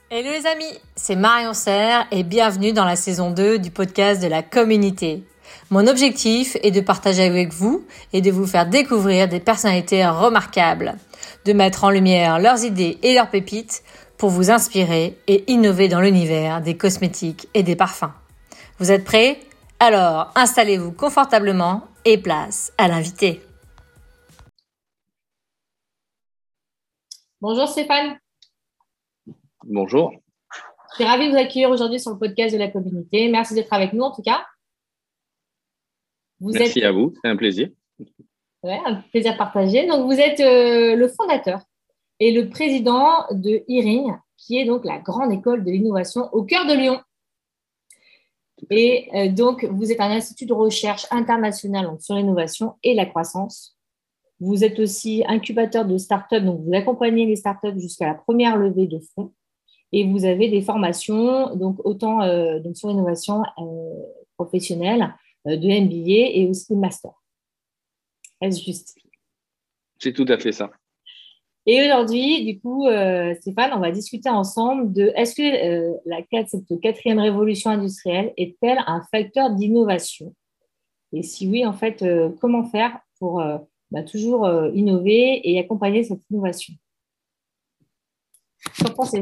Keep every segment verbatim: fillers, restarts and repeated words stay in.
Hello les amis, c'est Marion Serre et bienvenue dans la saison deux du podcast de la communauté. Mon objectif est de partager avec vous et de vous faire découvrir des personnalités remarquables, de mettre en lumière leurs idées et leurs pépites pour vous inspirer et innover dans l'univers des cosmétiques et des parfums. Vous êtes prêts ? Alors installez-vous confortablement et place à l'invité. Bonjour Stéphane. Bonjour. Je suis ravie de vous accueillir aujourd'hui sur le podcast de la communauté. Merci d'être avec nous en tout cas. Vous Merci êtes... à vous, c'est un plaisir. Ouais, un plaisir partagé. Donc, vous êtes euh, le fondateur et le président de IRIN, qui est donc la grande école de l'innovation au cœur de Lyon. Et euh, donc, vous êtes un institut de recherche international donc, sur l'innovation et la croissance. Vous êtes aussi incubateur de start-up, donc vous accompagnez les start-up jusqu'à la première levée de fonds. Et vous avez des formations, donc autant euh, donc sur l'innovation euh, professionnelle, euh, de M B A et aussi de master. Est-ce juste ? C'est tout à fait ça. Et aujourd'hui, du coup, euh, Stéphane, on va discuter ensemble de est-ce que euh, la, cette quatrième révolution industrielle est-elle un facteur d'innovation ? Et si oui, en fait, euh, comment faire pour euh, bah, toujours euh, innover et accompagner cette innovation ? Qu'en pensez-vous ?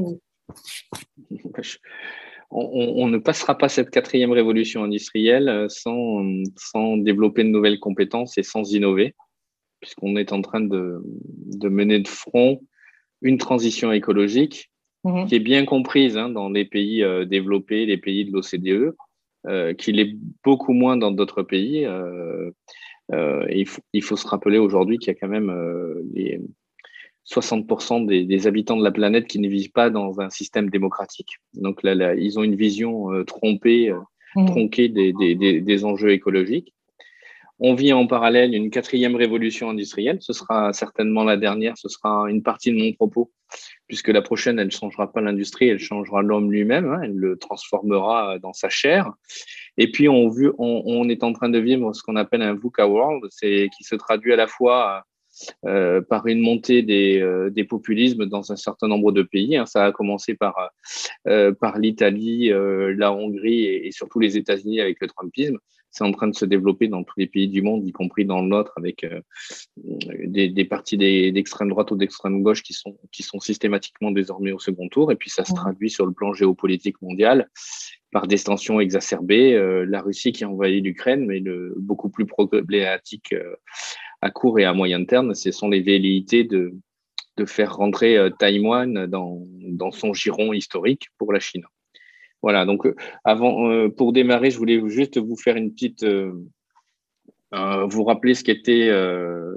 On, on ne passera pas cette quatrième révolution industrielle sans, sans développer de nouvelles compétences et sans innover, puisqu'on est en train de, de mener de front une transition écologique mmh. qui est bien comprise hein, dans les pays euh, développés, les pays de l'O C D E, euh, qui l'est beaucoup moins dans d'autres pays. Euh, euh, il, faut, il faut se rappeler aujourd'hui qu'il y a quand même euh, les soixante pour cent des, des habitants de la planète qui ne vivent pas dans un système démocratique. Donc là, là ils ont une vision euh, trompée, euh, mmh. tronquée des, des, des, des enjeux écologiques. On vit en parallèle une quatrième révolution industrielle. Ce sera certainement la dernière. Ce sera une partie de mon propos, puisque la prochaine, elle ne changera pas l'industrie, elle changera l'homme lui-même. Hein, elle le transformera dans sa chair. Et puis, on, on, on est en train de vivre ce qu'on appelle un VUCA World, c'est, qui se traduit à la fois Euh, par une montée des, euh, des populismes dans un certain nombre de pays. Hein. Ça a commencé par, euh, par l'Italie, euh, la Hongrie et, et surtout les États-Unis avec le Trumpisme. C'est en train de se développer dans tous les pays du monde, y compris dans le nôtre, avec euh, des, des partis des, d'extrême droite ou d'extrême gauche qui sont, qui sont systématiquement désormais au second tour. Et puis, ça se traduit sur le plan géopolitique mondial par des tensions exacerbées. Euh, la Russie qui a envahi l'Ukraine, mais le, beaucoup plus problématique euh, à court et à moyen terme, ce sont les velléités de, de faire rentrer euh, Taïwan dans, dans son giron historique pour la Chine. Voilà, donc euh, avant, euh, pour démarrer, je voulais juste vous faire une petite… Euh, euh, vous rappeler ce qu'était, euh,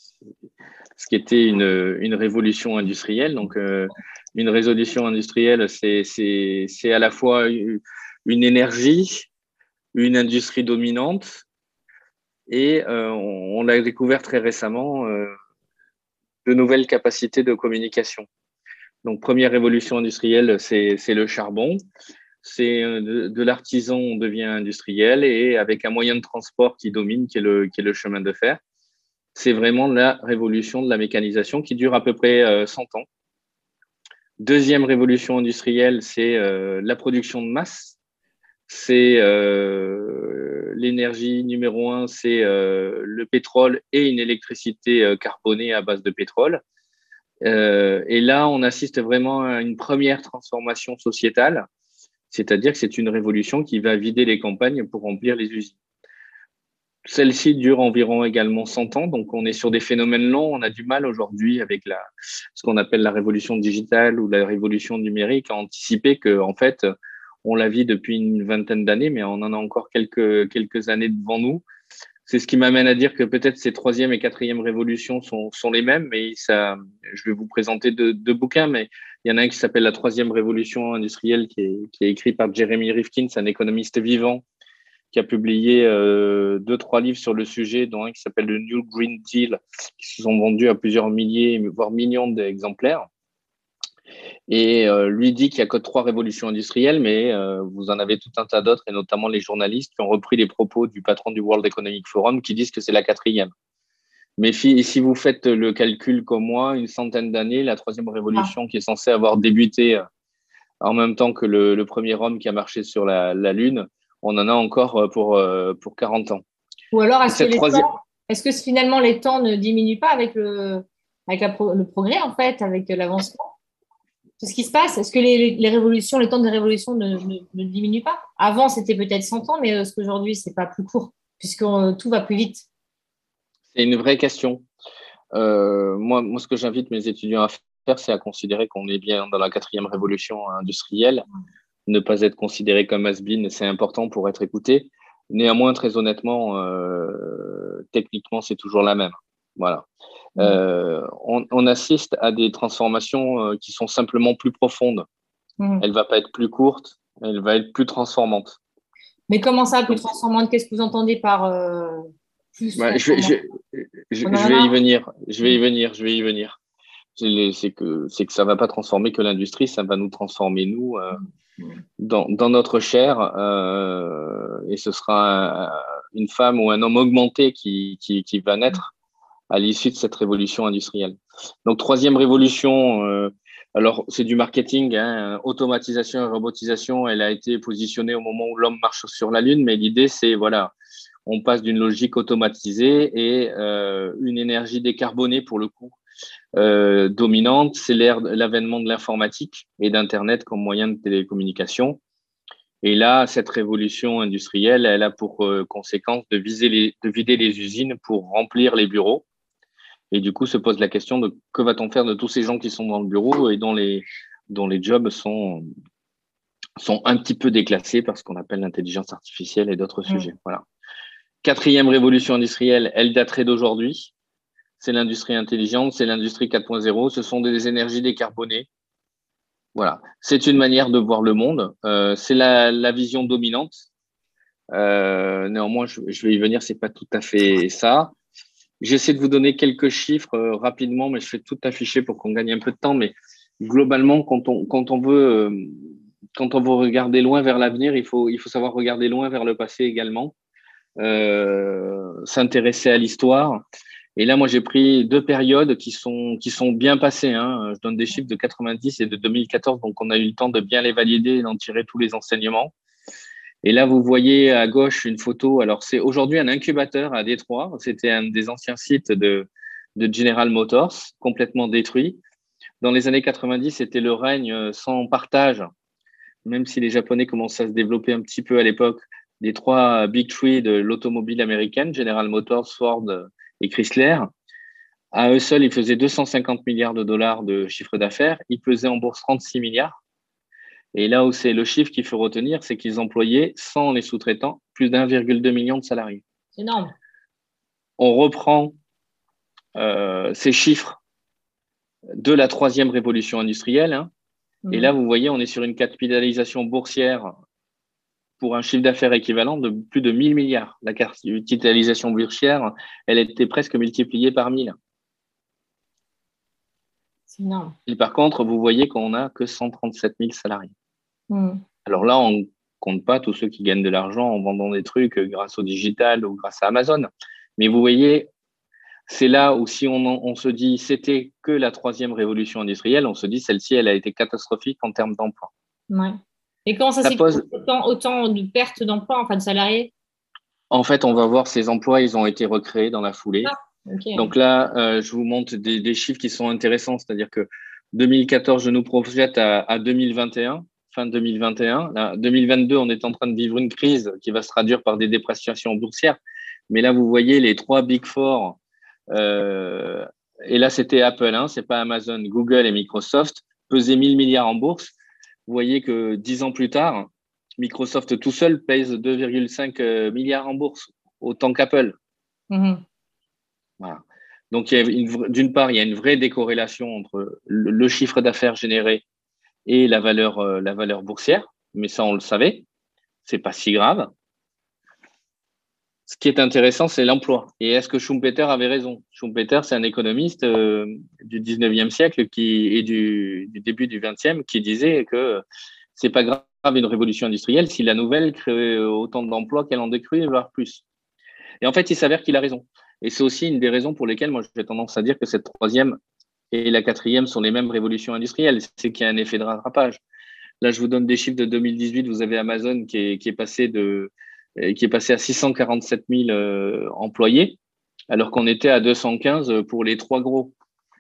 ce qu'était une, une révolution industrielle. Donc, euh, une révolution industrielle, c'est, c'est, c'est à la fois une énergie, une industrie dominante, et euh, on, on l'a découvert très récemment, euh, de nouvelles capacités de communication. Donc, première révolution industrielle, c'est, c'est le charbon. C'est de, de l'artisan, on devient industriel, et avec un moyen de transport qui domine, qui est le, qui est le chemin de fer. C'est vraiment la révolution de la mécanisation qui dure à peu près euh, cent ans. Deuxième révolution industrielle, c'est euh, la production de masse. C'est euh, l'énergie numéro un, c'est euh, le pétrole et une électricité euh, carbonée à base de pétrole. Euh, et là, on assiste vraiment à une première transformation sociétale, c'est-à-dire que c'est une révolution qui va vider les campagnes pour remplir les usines. Celle-ci dure environ également cent ans, donc on est sur des phénomènes longs. On a du mal aujourd'hui avec la, ce qu'on appelle la révolution digitale ou la révolution numérique à anticiper que, en fait, on la vit depuis une vingtaine d'années, mais on en a encore quelques, quelques années devant nous. C'est ce qui m'amène à dire que peut-être ces troisième et quatrième révolutions sont, sont les mêmes, mais ça, je vais vous présenter deux, deux bouquins, mais il y en a un qui s'appelle La troisième révolution industrielle, qui est, qui est écrit par Jeremy Rifkin, c'est un économiste vivant, qui a publié euh, deux, trois livres sur le sujet, dont un qui s'appelle le New Green Deal, qui se sont vendus à plusieurs milliers, voire millions d'exemplaires. Et euh, lui dit qu'il n'y a que trois révolutions industrielles, mais euh, vous en avez tout un tas d'autres, et notamment les journalistes qui ont repris les propos du patron du World Economic Forum qui disent que c'est la quatrième. Mais si vous faites le calcul comme moi, une centaine d'années, la troisième révolution ah. qui est censée avoir débuté en même temps que le, le premier homme qui a marché sur la, la Lune, on en a encore pour, pour quarante ans. Ou alors, est-ce que, Cette les troisième... temps, est-ce que finalement les temps ne diminuent pas avec le, avec la pro- le progrès, en fait, avec l'avancement? C'est ce qui se passe. Est-ce que les, les révolutions, les temps de révolution ne, ne, ne diminuent pas? Avant, c'était peut-être cent ans, mais est-ce qu'aujourd'hui, c'est pas plus court, puisque euh, tout va plus vite? C'est une vraie question. Euh, moi, moi, ce que j'invite mes étudiants à faire, c'est à considérer qu'on est bien dans la quatrième révolution industrielle. Ne pas être considéré comme has-been, c'est important pour être écouté. Néanmoins, très honnêtement, euh, techniquement, c'est toujours la même. Voilà. Euh, on, on assiste à des transformations euh, qui sont simplement plus profondes. Mmh. Elle va pas être plus courte, elle va être plus transformante. Mais comment ça, plus transformante? Qu'est-ce que vous entendez par euh, plus Ouais, je, vais, je, transformante? je, On en je vais a. y venir. Je vais y venir. Je vais y venir. C'est que c'est que ça va pas transformer que l'industrie, ça va nous transformer nous euh, dans, dans notre chair euh, et ce sera un, une femme ou un homme augmenté qui, qui, qui va naître à l'issue de cette révolution industrielle. Donc troisième révolution, euh, alors c'est du marketing, hein, automatisation et robotisation. Elle a été positionnée au moment où l'homme marche sur la Lune, mais l'idée c'est voilà, on passe d'une logique automatisée et euh, une énergie décarbonée pour le coup. Euh, dominante, c'est l'ère, l'avènement de l'informatique et d'Internet comme moyen de télécommunication. Et là, cette révolution industrielle, elle a pour euh, conséquence de, viser les, de vider les usines pour remplir les bureaux. Et du coup, se pose la question de que va-t-on faire de tous ces gens qui sont dans le bureau et dont les, dont les jobs sont, sont un petit peu déclassés par ce qu'on appelle l'intelligence artificielle et d'autres Mmh. sujets. Voilà. Quatrième révolution industrielle, elle daterait d'aujourd'hui. C'est l'industrie intelligente, c'est l'industrie quatre point zéro, ce sont des énergies décarbonées. Voilà, c'est une manière de voir le monde, euh, c'est la, la vision dominante. Euh, néanmoins, je, je vais y venir, c'est pas tout à fait ça. J'essaie de vous donner quelques chiffres euh, rapidement, mais je fais tout afficher pour qu'on gagne un peu de temps. Mais globalement, quand on, quand on veut, euh, quand on veut regarder loin vers l'avenir, il faut, il faut savoir regarder loin vers le passé également, euh, s'intéresser à l'histoire. Et là, moi, j'ai pris deux périodes qui sont, qui sont bien passées. Hein. Je donne des chiffres de quatre-vingt-dix et de deux mille quatorze, donc on a eu le temps de bien les valider et d'en tirer tous les enseignements. Et là, vous voyez à gauche une photo. Alors, c'est aujourd'hui un incubateur à Détroit. C'était un des anciens sites de, de General Motors, complètement détruit. Dans les années quatre-vingt-dix, c'était le règne sans partage, même si les Japonais commençaient à se développer un petit peu à l'époque, des trois Big Three de l'automobile américaine, General Motors, Ford et Chrysler. À eux seuls, ils faisaient deux cent cinquante milliards de dollars de chiffre d'affaires. Ils pesaient en bourse trente-six milliards. Et là où c'est le chiffre qu'il faut retenir, c'est qu'ils employaient, sans les sous-traitants, plus d'un virgule deux million de salariés. C'est énorme. On reprend euh, ces chiffres de la troisième révolution industrielle. Hein, mmh. Et là, vous voyez, on est sur une capitalisation boursière pour un chiffre d'affaires équivalent de plus de mille milliards. La capitalisation boursière, elle était presque multipliée par mille. C'est énorme. Et par contre, vous voyez qu'on n'a que cent trente-sept mille salariés. Mmh. Alors là, on ne compte pas tous ceux qui gagnent de l'argent en vendant des trucs grâce au digital ou grâce à Amazon. Mais vous voyez, c'est là où si on, on se dit c'était que la troisième révolution industrielle, on se dit celle-ci, elle a été catastrophique en termes d'emploi. Ouais. Et comment ça, ça s'explique pose... autant, autant de pertes d'emplois, enfin de salariés? En fait, on va voir ces emplois, ils ont été recréés dans la foulée. Ah, okay. Donc là, euh, je vous montre des, des chiffres qui sont intéressants, c'est-à-dire que deux mille quatorze, je nous projette à, à deux mille vingt et un, fin deux mille vingt et un. Là, deux mille vingt-deux, on est en train de vivre une crise qui va se traduire par des dépréciations boursières. Mais là, vous voyez les trois Big Four. Euh, et là, c'était Apple, hein, c'est pas Amazon, Google et Microsoft, pesaient mille milliards en bourse. Vous voyez que dix ans plus tard, Microsoft tout seul pèse deux virgule cinq milliards en bourse, autant qu'Apple. Mmh. Voilà. Donc, d'une part, il y a une vraie décorrélation entre le, le chiffre d'affaires généré et la valeur, euh, la valeur boursière. Mais ça, on le savait. C'est pas si grave. Ce qui est intéressant, c'est l'emploi. Et est-ce que Schumpeter avait raison? Schumpeter, c'est un économiste euh, du dix-neuvième siècle qui, et du, du début du vingtième qui disait que c'est pas grave une révolution industrielle si la nouvelle crée autant d'emplois qu'elle en détruit, voire plus. Et en fait, il s'avère qu'il a raison. Et c'est aussi une des raisons pour lesquelles moi j'ai tendance à dire que cette troisième et la quatrième sont les mêmes révolutions industrielles. C'est qu'il y a un effet de rattrapage. Là, je vous donne des chiffres de deux mille dix-huit. Vous avez Amazon qui est, qui est passé de, qui est passé à six cent quarante-sept mille euh, employés, alors qu'on était à deux cent quinze pour les trois gros.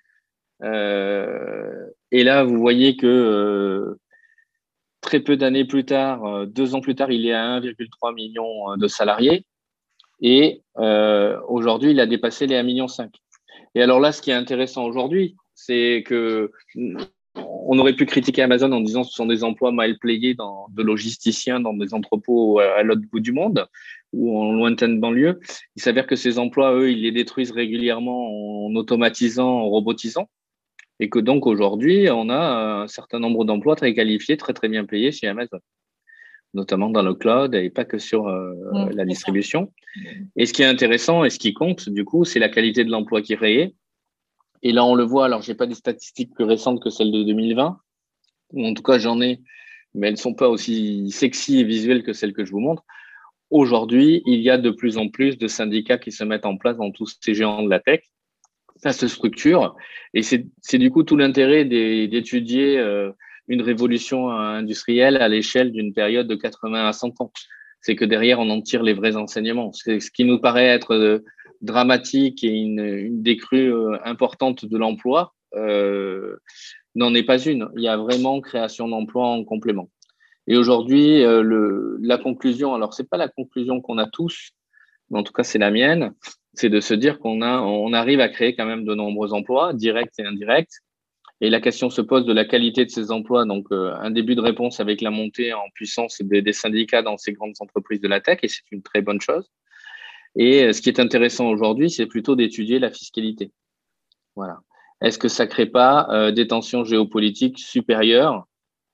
Euh, et là, vous voyez que euh, très peu d'années plus tard, euh, deux ans plus tard, il est à un virgule trois million de salariés. Et euh, aujourd'hui, il a dépassé les un virgule cinq million. Et alors là, ce qui est intéressant aujourd'hui, c'est que on aurait pu critiquer Amazon en disant que ce sont des emplois mal payés dans, de logisticiens dans des entrepôts à l'autre bout du monde ou en lointaine banlieue. Il s'avère que ces emplois, eux, ils les détruisent régulièrement en automatisant, en robotisant. Et que donc aujourd'hui, on a un certain nombre d'emplois très qualifiés, très très bien payés chez Amazon, notamment dans le cloud et pas que sur euh, mmh, la distribution. Et ce qui est intéressant et ce qui compte, du coup, c'est la qualité de l'emploi qui est créé. Et là, on le voit, alors je n'ai pas des statistiques plus récentes que celles de deux mille vingt, ou en tout cas j'en ai, mais elles ne sont pas aussi sexy et visuelles que celles que je vous montre. Aujourd'hui, il y a de plus en plus de syndicats qui se mettent en place dans tous ces géants de la tech. Ça se structure et c'est, c'est du coup tout l'intérêt des, d'étudier euh, une révolution industrielle à l'échelle d'une période de quatre-vingts à cent ans. C'est que derrière, on en tire les vrais enseignements. C'est ce qui nous paraît être euh, dramatique et une, une décrue euh, importante de l'emploi euh, n'en est pas une. Il y a vraiment création d'emplois en complément. Et aujourd'hui, euh, le, la conclusion, alors c'est pas la conclusion qu'on a tous, mais en tout cas c'est la mienne, c'est de se dire qu'on a, on arrive à créer quand même de nombreux emplois, directs et indirects. Et la question se pose de la qualité de ces emplois. Donc, euh, un début de réponse avec la montée en puissance des, des syndicats dans ces grandes entreprises de la tech, et c'est une très bonne chose. Et ce qui est intéressant aujourd'hui, c'est plutôt d'étudier la fiscalité. Voilà. Est-ce que ça ne crée pas euh, des tensions géopolitiques supérieures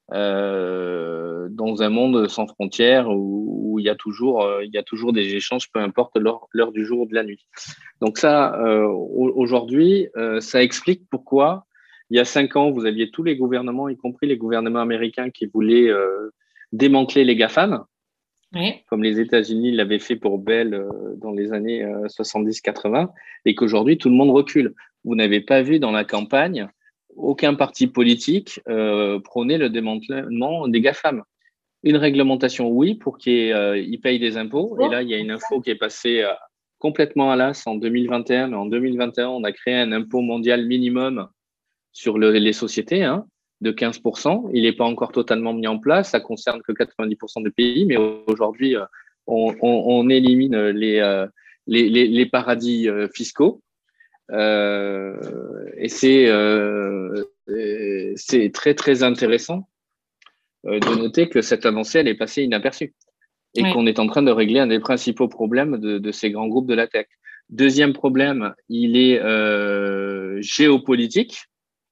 euh, dans un monde sans frontières où, où il y a toujours, euh, il y a toujours des échanges, peu importe l'heure, l'heure du jour ou de la nuit. Donc ça, euh, aujourd'hui, euh, ça explique pourquoi il y a cinq ans, vous aviez tous les gouvernements, y compris les gouvernements américains, qui voulaient euh, démanteler les GAFAM, oui, comme les États-Unis l'avaient fait pour Bell euh, dans les années euh, soixante-dix quatre-vingts, et qu'aujourd'hui, tout le monde recule. Vous n'avez pas vu dans la campagne aucun parti politique euh, prôner le démantèlement des GAFAM. Une réglementation, oui, pour qu'ils euh, payent des impôts. Et là, il y a une info qui est passée euh, complètement à l'as en deux mille vingt et un. Mais en deux mille vingt et un, on a créé un impôt mondial minimum sur le, les sociétés hein, de quinze pour cent. Il n'est pas encore totalement mis en place. Ça concerne que quatre-vingt-dix pour cent des pays. Mais aujourd'hui, euh, on, on, on élimine les, euh, les, les, les paradis euh, fiscaux. Euh, et c'est, euh, c'est très, très intéressant euh, de noter que cette avancée, elle est passée inaperçue et oui, qu'on est en train de régler un des principaux problèmes de, de ces grands groupes de la tech. Deuxième problème, il est euh, géopolitique.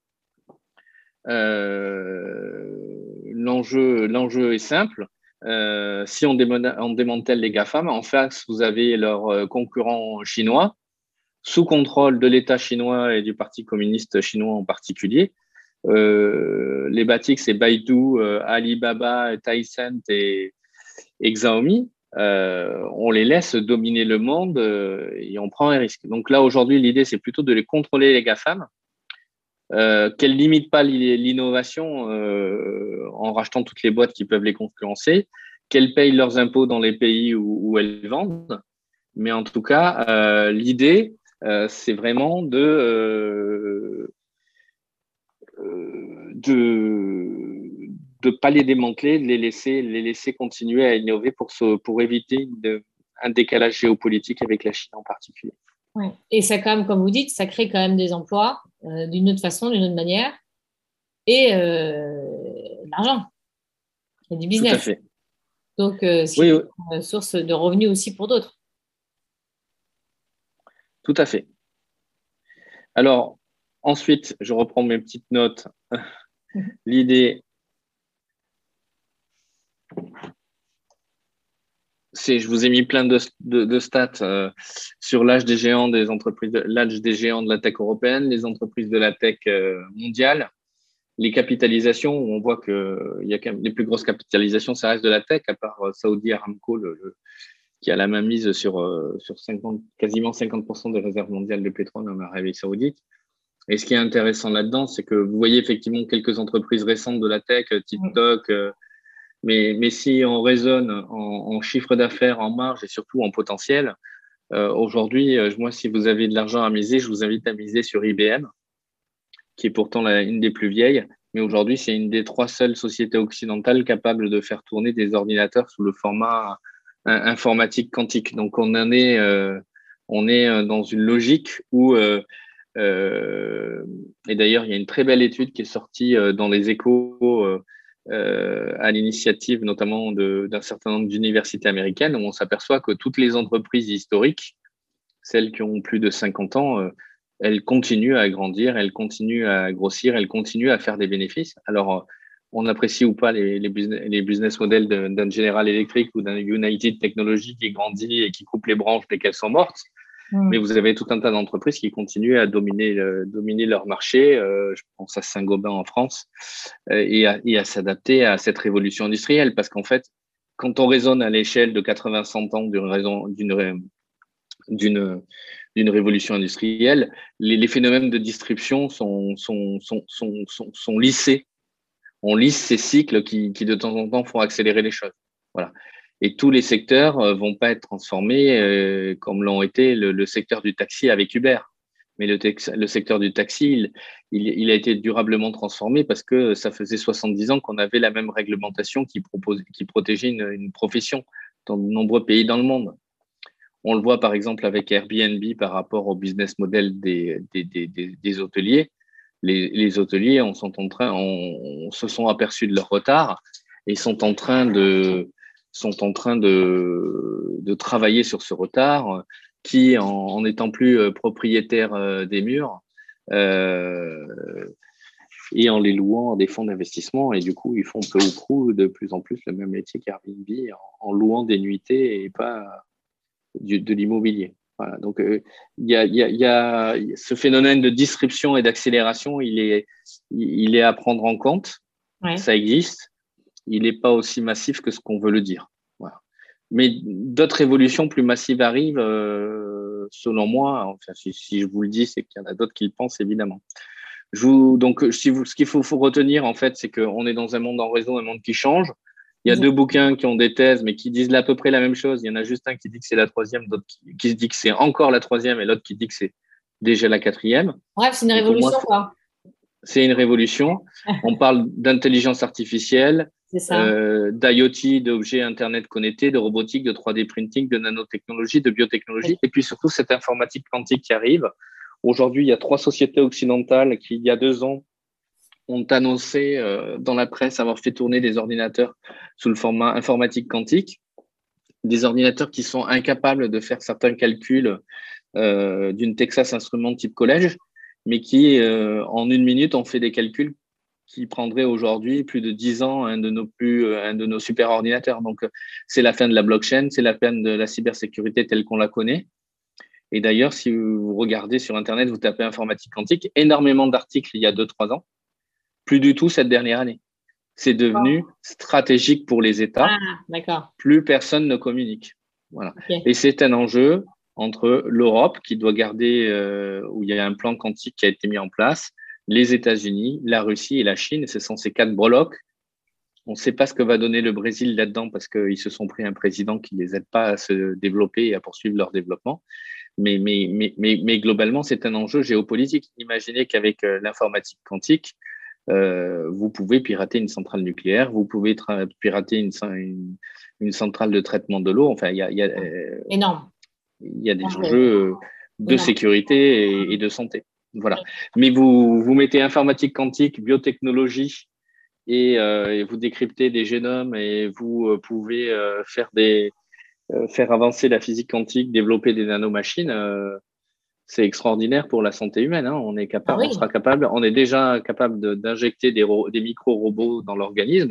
Euh, l'enjeu, l'enjeu est simple. Euh, si on, démon- on démantèle les GAFAM, en face, vous avez leurs concurrents chinois, sous contrôle de l'État chinois et du Parti communiste chinois en particulier. Euh, les Batiks, c'est Baidu, euh, Alibaba, Tencent et, et Xiaomi. Euh, on les laisse dominer le monde euh, et on prend un risque. Donc là, aujourd'hui, l'idée, c'est plutôt de les contrôler, les GAFAM, euh, qu'elles ne limitent pas l'innovation euh, en rachetant toutes les boîtes qui peuvent les concurrencer, qu'elles payent leurs impôts dans les pays où, où elles vendent. Mais en tout cas, euh, l'idée, euh, c'est vraiment de, euh, de de pas les démanteler, de les laisser, les laisser continuer à innover pour, se, pour éviter de, un décalage géopolitique avec la Chine en particulier. Ouais. Et ça, quand même, comme vous dites, ça crée quand même des emplois euh, d'une autre façon, d'une autre manière, et euh, de l'argent. Il y a du business. Tout à fait. Donc, euh, c'est oui, une oui. source de revenus aussi pour d'autres. Tout à fait. Alors, ensuite, je reprends mes petites notes. L'idée, c'est, je vous ai mis plein de, de, de stats euh, sur l'âge des géants des entreprises, de, l'âge des géants de la tech européenne, les entreprises de la tech euh, mondiale, les capitalisations. On voit que il y a quand même les plus grosses capitalisations, ça reste de la tech, à part euh, Saudi Aramco, le, le, qui a la main mise sur, euh, sur cinquante, quasiment cinquante pour cent des réserves mondiales de pétrole en Arabie Saoudite. Et ce qui est intéressant là-dedans, c'est que vous voyez effectivement quelques entreprises récentes de la tech, TikTok, euh, mais, mais si on raisonne en, en chiffre d'affaires, en marge et surtout en potentiel, euh, aujourd'hui, euh, moi, si vous avez de l'argent à miser, je vous invite à miser sur I B M, qui est pourtant la, une des plus vieilles. Mais aujourd'hui, c'est une des trois seules sociétés occidentales capables de faire tourner des ordinateurs sous le format informatique quantique. Donc, on en est, euh, on est dans une logique où, euh, euh, et d'ailleurs, il y a une très belle étude qui est sortie euh, dans les Échos euh, euh, à l'initiative notamment de, d'un certain nombre d'universités américaines, où on s'aperçoit que toutes les entreprises historiques, celles qui ont plus de cinquante ans, euh, elles continuent à grandir, elles continuent à grossir, elles continuent à faire des bénéfices. Alors, on apprécie ou pas les, les, business, les business models de, d'un General Electric ou d'un United Technologies qui grandit et qui coupe les branches dès qu'elles sont mortes. Mmh. Mais vous avez tout un tas d'entreprises qui continuent à dominer, euh, dominer leur marché. Euh, je pense à Saint-Gobain en France euh, et, à, et à s'adapter à cette révolution industrielle. Parce qu'en fait, quand on raisonne à l'échelle de quatre-vingts à cent ans d'une raison, d'une, d'une, d'une révolution industrielle, les, les phénomènes de distribution sont, sont, sont, sont, sont, sont lissés. On lisse ces cycles qui, qui, de temps en temps, font accélérer les choses. Voilà. Et tous les secteurs ne vont pas être transformés euh, comme l'ont été le, le secteur du taxi avec Uber. Mais le, tex, le secteur du taxi, il, il, il a été durablement transformé parce que ça faisait soixante-dix ans qu'on avait la même réglementation qui, propose, qui protégeait une, une profession dans de nombreux pays dans le monde. On le voit par exemple avec Airbnb par rapport au business model des, des, des, des, des hôteliers. Les, les hôteliers on sont en train, on, on se sont aperçus de leur retard et sont en train de, sont en train de, de travailler sur ce retard qui, en, en étant plus propriétaires des murs euh, et en les louant à des fonds d'investissement, et du coup, ils font peu ou prou de plus en plus le même métier qu'Airbnb en, en louant des nuitées et pas du, de l'immobilier. Voilà, donc il euh, y, a, y, a, y a ce phénomène de disruption et d'accélération, il est, il est à prendre en compte. Ouais. Ça existe. Il n'est pas aussi massif que ce qu'on veut le dire. Voilà. Mais d'autres évolutions plus massives arrivent, euh, selon moi. Enfin, si, si je vous le dis, c'est qu'il y en a d'autres qui le pensent, évidemment. Je vous, donc, si vous, ce qu'il faut, faut retenir, en fait, c'est qu'on est dans un monde en réseau, un monde qui change. Il y a deux bouquins qui ont des thèses, mais qui disent à peu près la même chose. Il y en a juste un qui dit que c'est la troisième, d'autres qui, qui se dit que c'est encore la troisième, et l'autre qui dit que c'est déjà la quatrième. Bref, c'est une révolution, moi, quoi. C'est une révolution. On parle d'intelligence artificielle, euh, d'IoT, d'objets Internet connectés, de robotique, de trois D printing, de nanotechnologie, de biotechnologie, oui. Et puis surtout cette informatique quantique qui arrive. Aujourd'hui, il y a trois sociétés occidentales qui, il y a deux ans, ont annoncé euh, dans la presse avoir fait tourner des ordinateurs sous le format informatique quantique, des ordinateurs qui sont incapables de faire certains calculs euh, d'une Texas Instruments type collège, mais qui, euh, en une minute, ont fait des calculs qui prendraient aujourd'hui plus de dix ans un de nos, plus, un de nos super ordinateurs. Donc, c'est la fin de la blockchain, c'est la fin de la cybersécurité telle qu'on la connaît. Et d'ailleurs, si vous regardez sur Internet, vous tapez informatique quantique, énormément d'articles il y a deux trois ans, plus du tout cette dernière année. C'est devenu oh. stratégique pour les États. Ah, d'accord. Plus personne ne communique. Voilà. Okay. Et c'est un enjeu entre l'Europe, qui doit garder, euh, où il y a un plan quantique qui a été mis en place, les États-Unis, la Russie et la Chine. Ce sont ces quatre breloques. On ne sait pas ce que va donner le Brésil là-dedans parce qu'ils se sont pris un président qui ne les aide pas à se développer et à poursuivre leur développement. Mais, mais, mais, mais, mais globalement, c'est un enjeu géopolitique. Imaginez qu'avec euh, l'informatique quantique, Euh, vous pouvez pirater une centrale nucléaire, vous pouvez tra- pirater une, une, une centrale de traitement de l'eau. Enfin, il y a, y a, euh, énorme. Il y a des ah, enjeux de énorme. sécurité et, et de santé. Voilà. Mais vous, vous mettez informatique quantique, biotechnologie et, euh, et vous décryptez des génomes et vous euh, pouvez euh, faire, des, euh, faire avancer la physique quantique, développer des nanomachines. Euh, C'est extraordinaire pour la santé humaine. Hein. On est capable, ah oui. on sera capable, on est déjà capable de, d'injecter des, ro- des micro-robots dans l'organisme.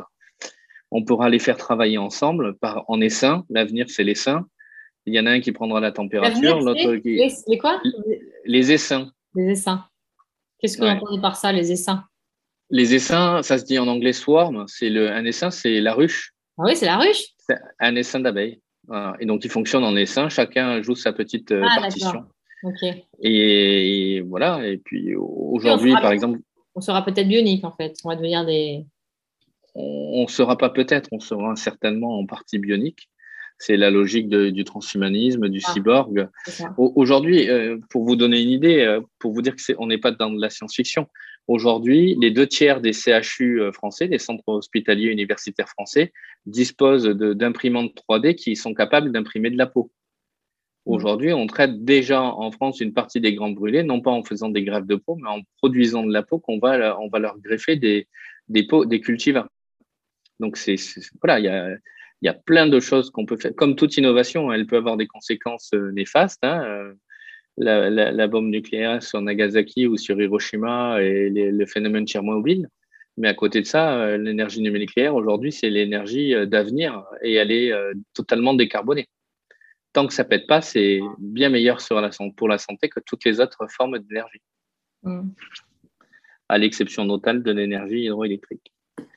On pourra les faire travailler ensemble par, en essaim. L'avenir, c'est l'essaim. Il y en a un qui prendra la température, l'autre qui. Les, les quoi Les essaims. Les essaims. Qu'est-ce que ouais. vous entendez par ça, les essaims? Les essaims, ça se dit en anglais swarm. C'est le, un essaim, c'est la ruche. Ah oui, c'est la ruche. C'est un essaim d'abeilles. Voilà. Et donc, il fonctionne en essaim. Chacun joue sa petite ah, partition. D'accord. Ok. Et, et voilà. Et puis aujourd'hui, sera, par exemple, on sera peut-être bionique en fait. On va devenir des. on ne sera pas peut-être, on sera certainement en partie bionique. C'est la logique de, du transhumanisme, du Ah, cyborg. Aujourd'hui, euh, pour vous donner une idée, euh, pour vous dire qu'on n'est pas dans de la science-fiction, aujourd'hui, les deux tiers des C H U français, des centres hospitaliers universitaires français, disposent d'imprimantes trois D qui sont capables d'imprimer de la peau. Aujourd'hui, on traite déjà en France une partie des grands brûlés, non pas en faisant des greffes de peau, mais en produisant de la peau qu'on va, on va leur greffer des, des peaux, des cultivars. Donc, c'est, voilà, il y a, il y a plein de choses qu'on peut faire. Comme toute innovation, elle peut avoir des conséquences néfastes. Hein. La, la, la bombe nucléaire sur Nagasaki ou sur Hiroshima et les, le phénomène Tchernobyl. Mais à côté de ça, l'énergie nucléaire, aujourd'hui, c'est l'énergie d'avenir et elle est totalement décarbonée. Tant que ça pète pas, c'est bien meilleur sur la, pour la santé que toutes les autres formes d'énergie. Mmh. À l'exception notable de l'énergie hydroélectrique.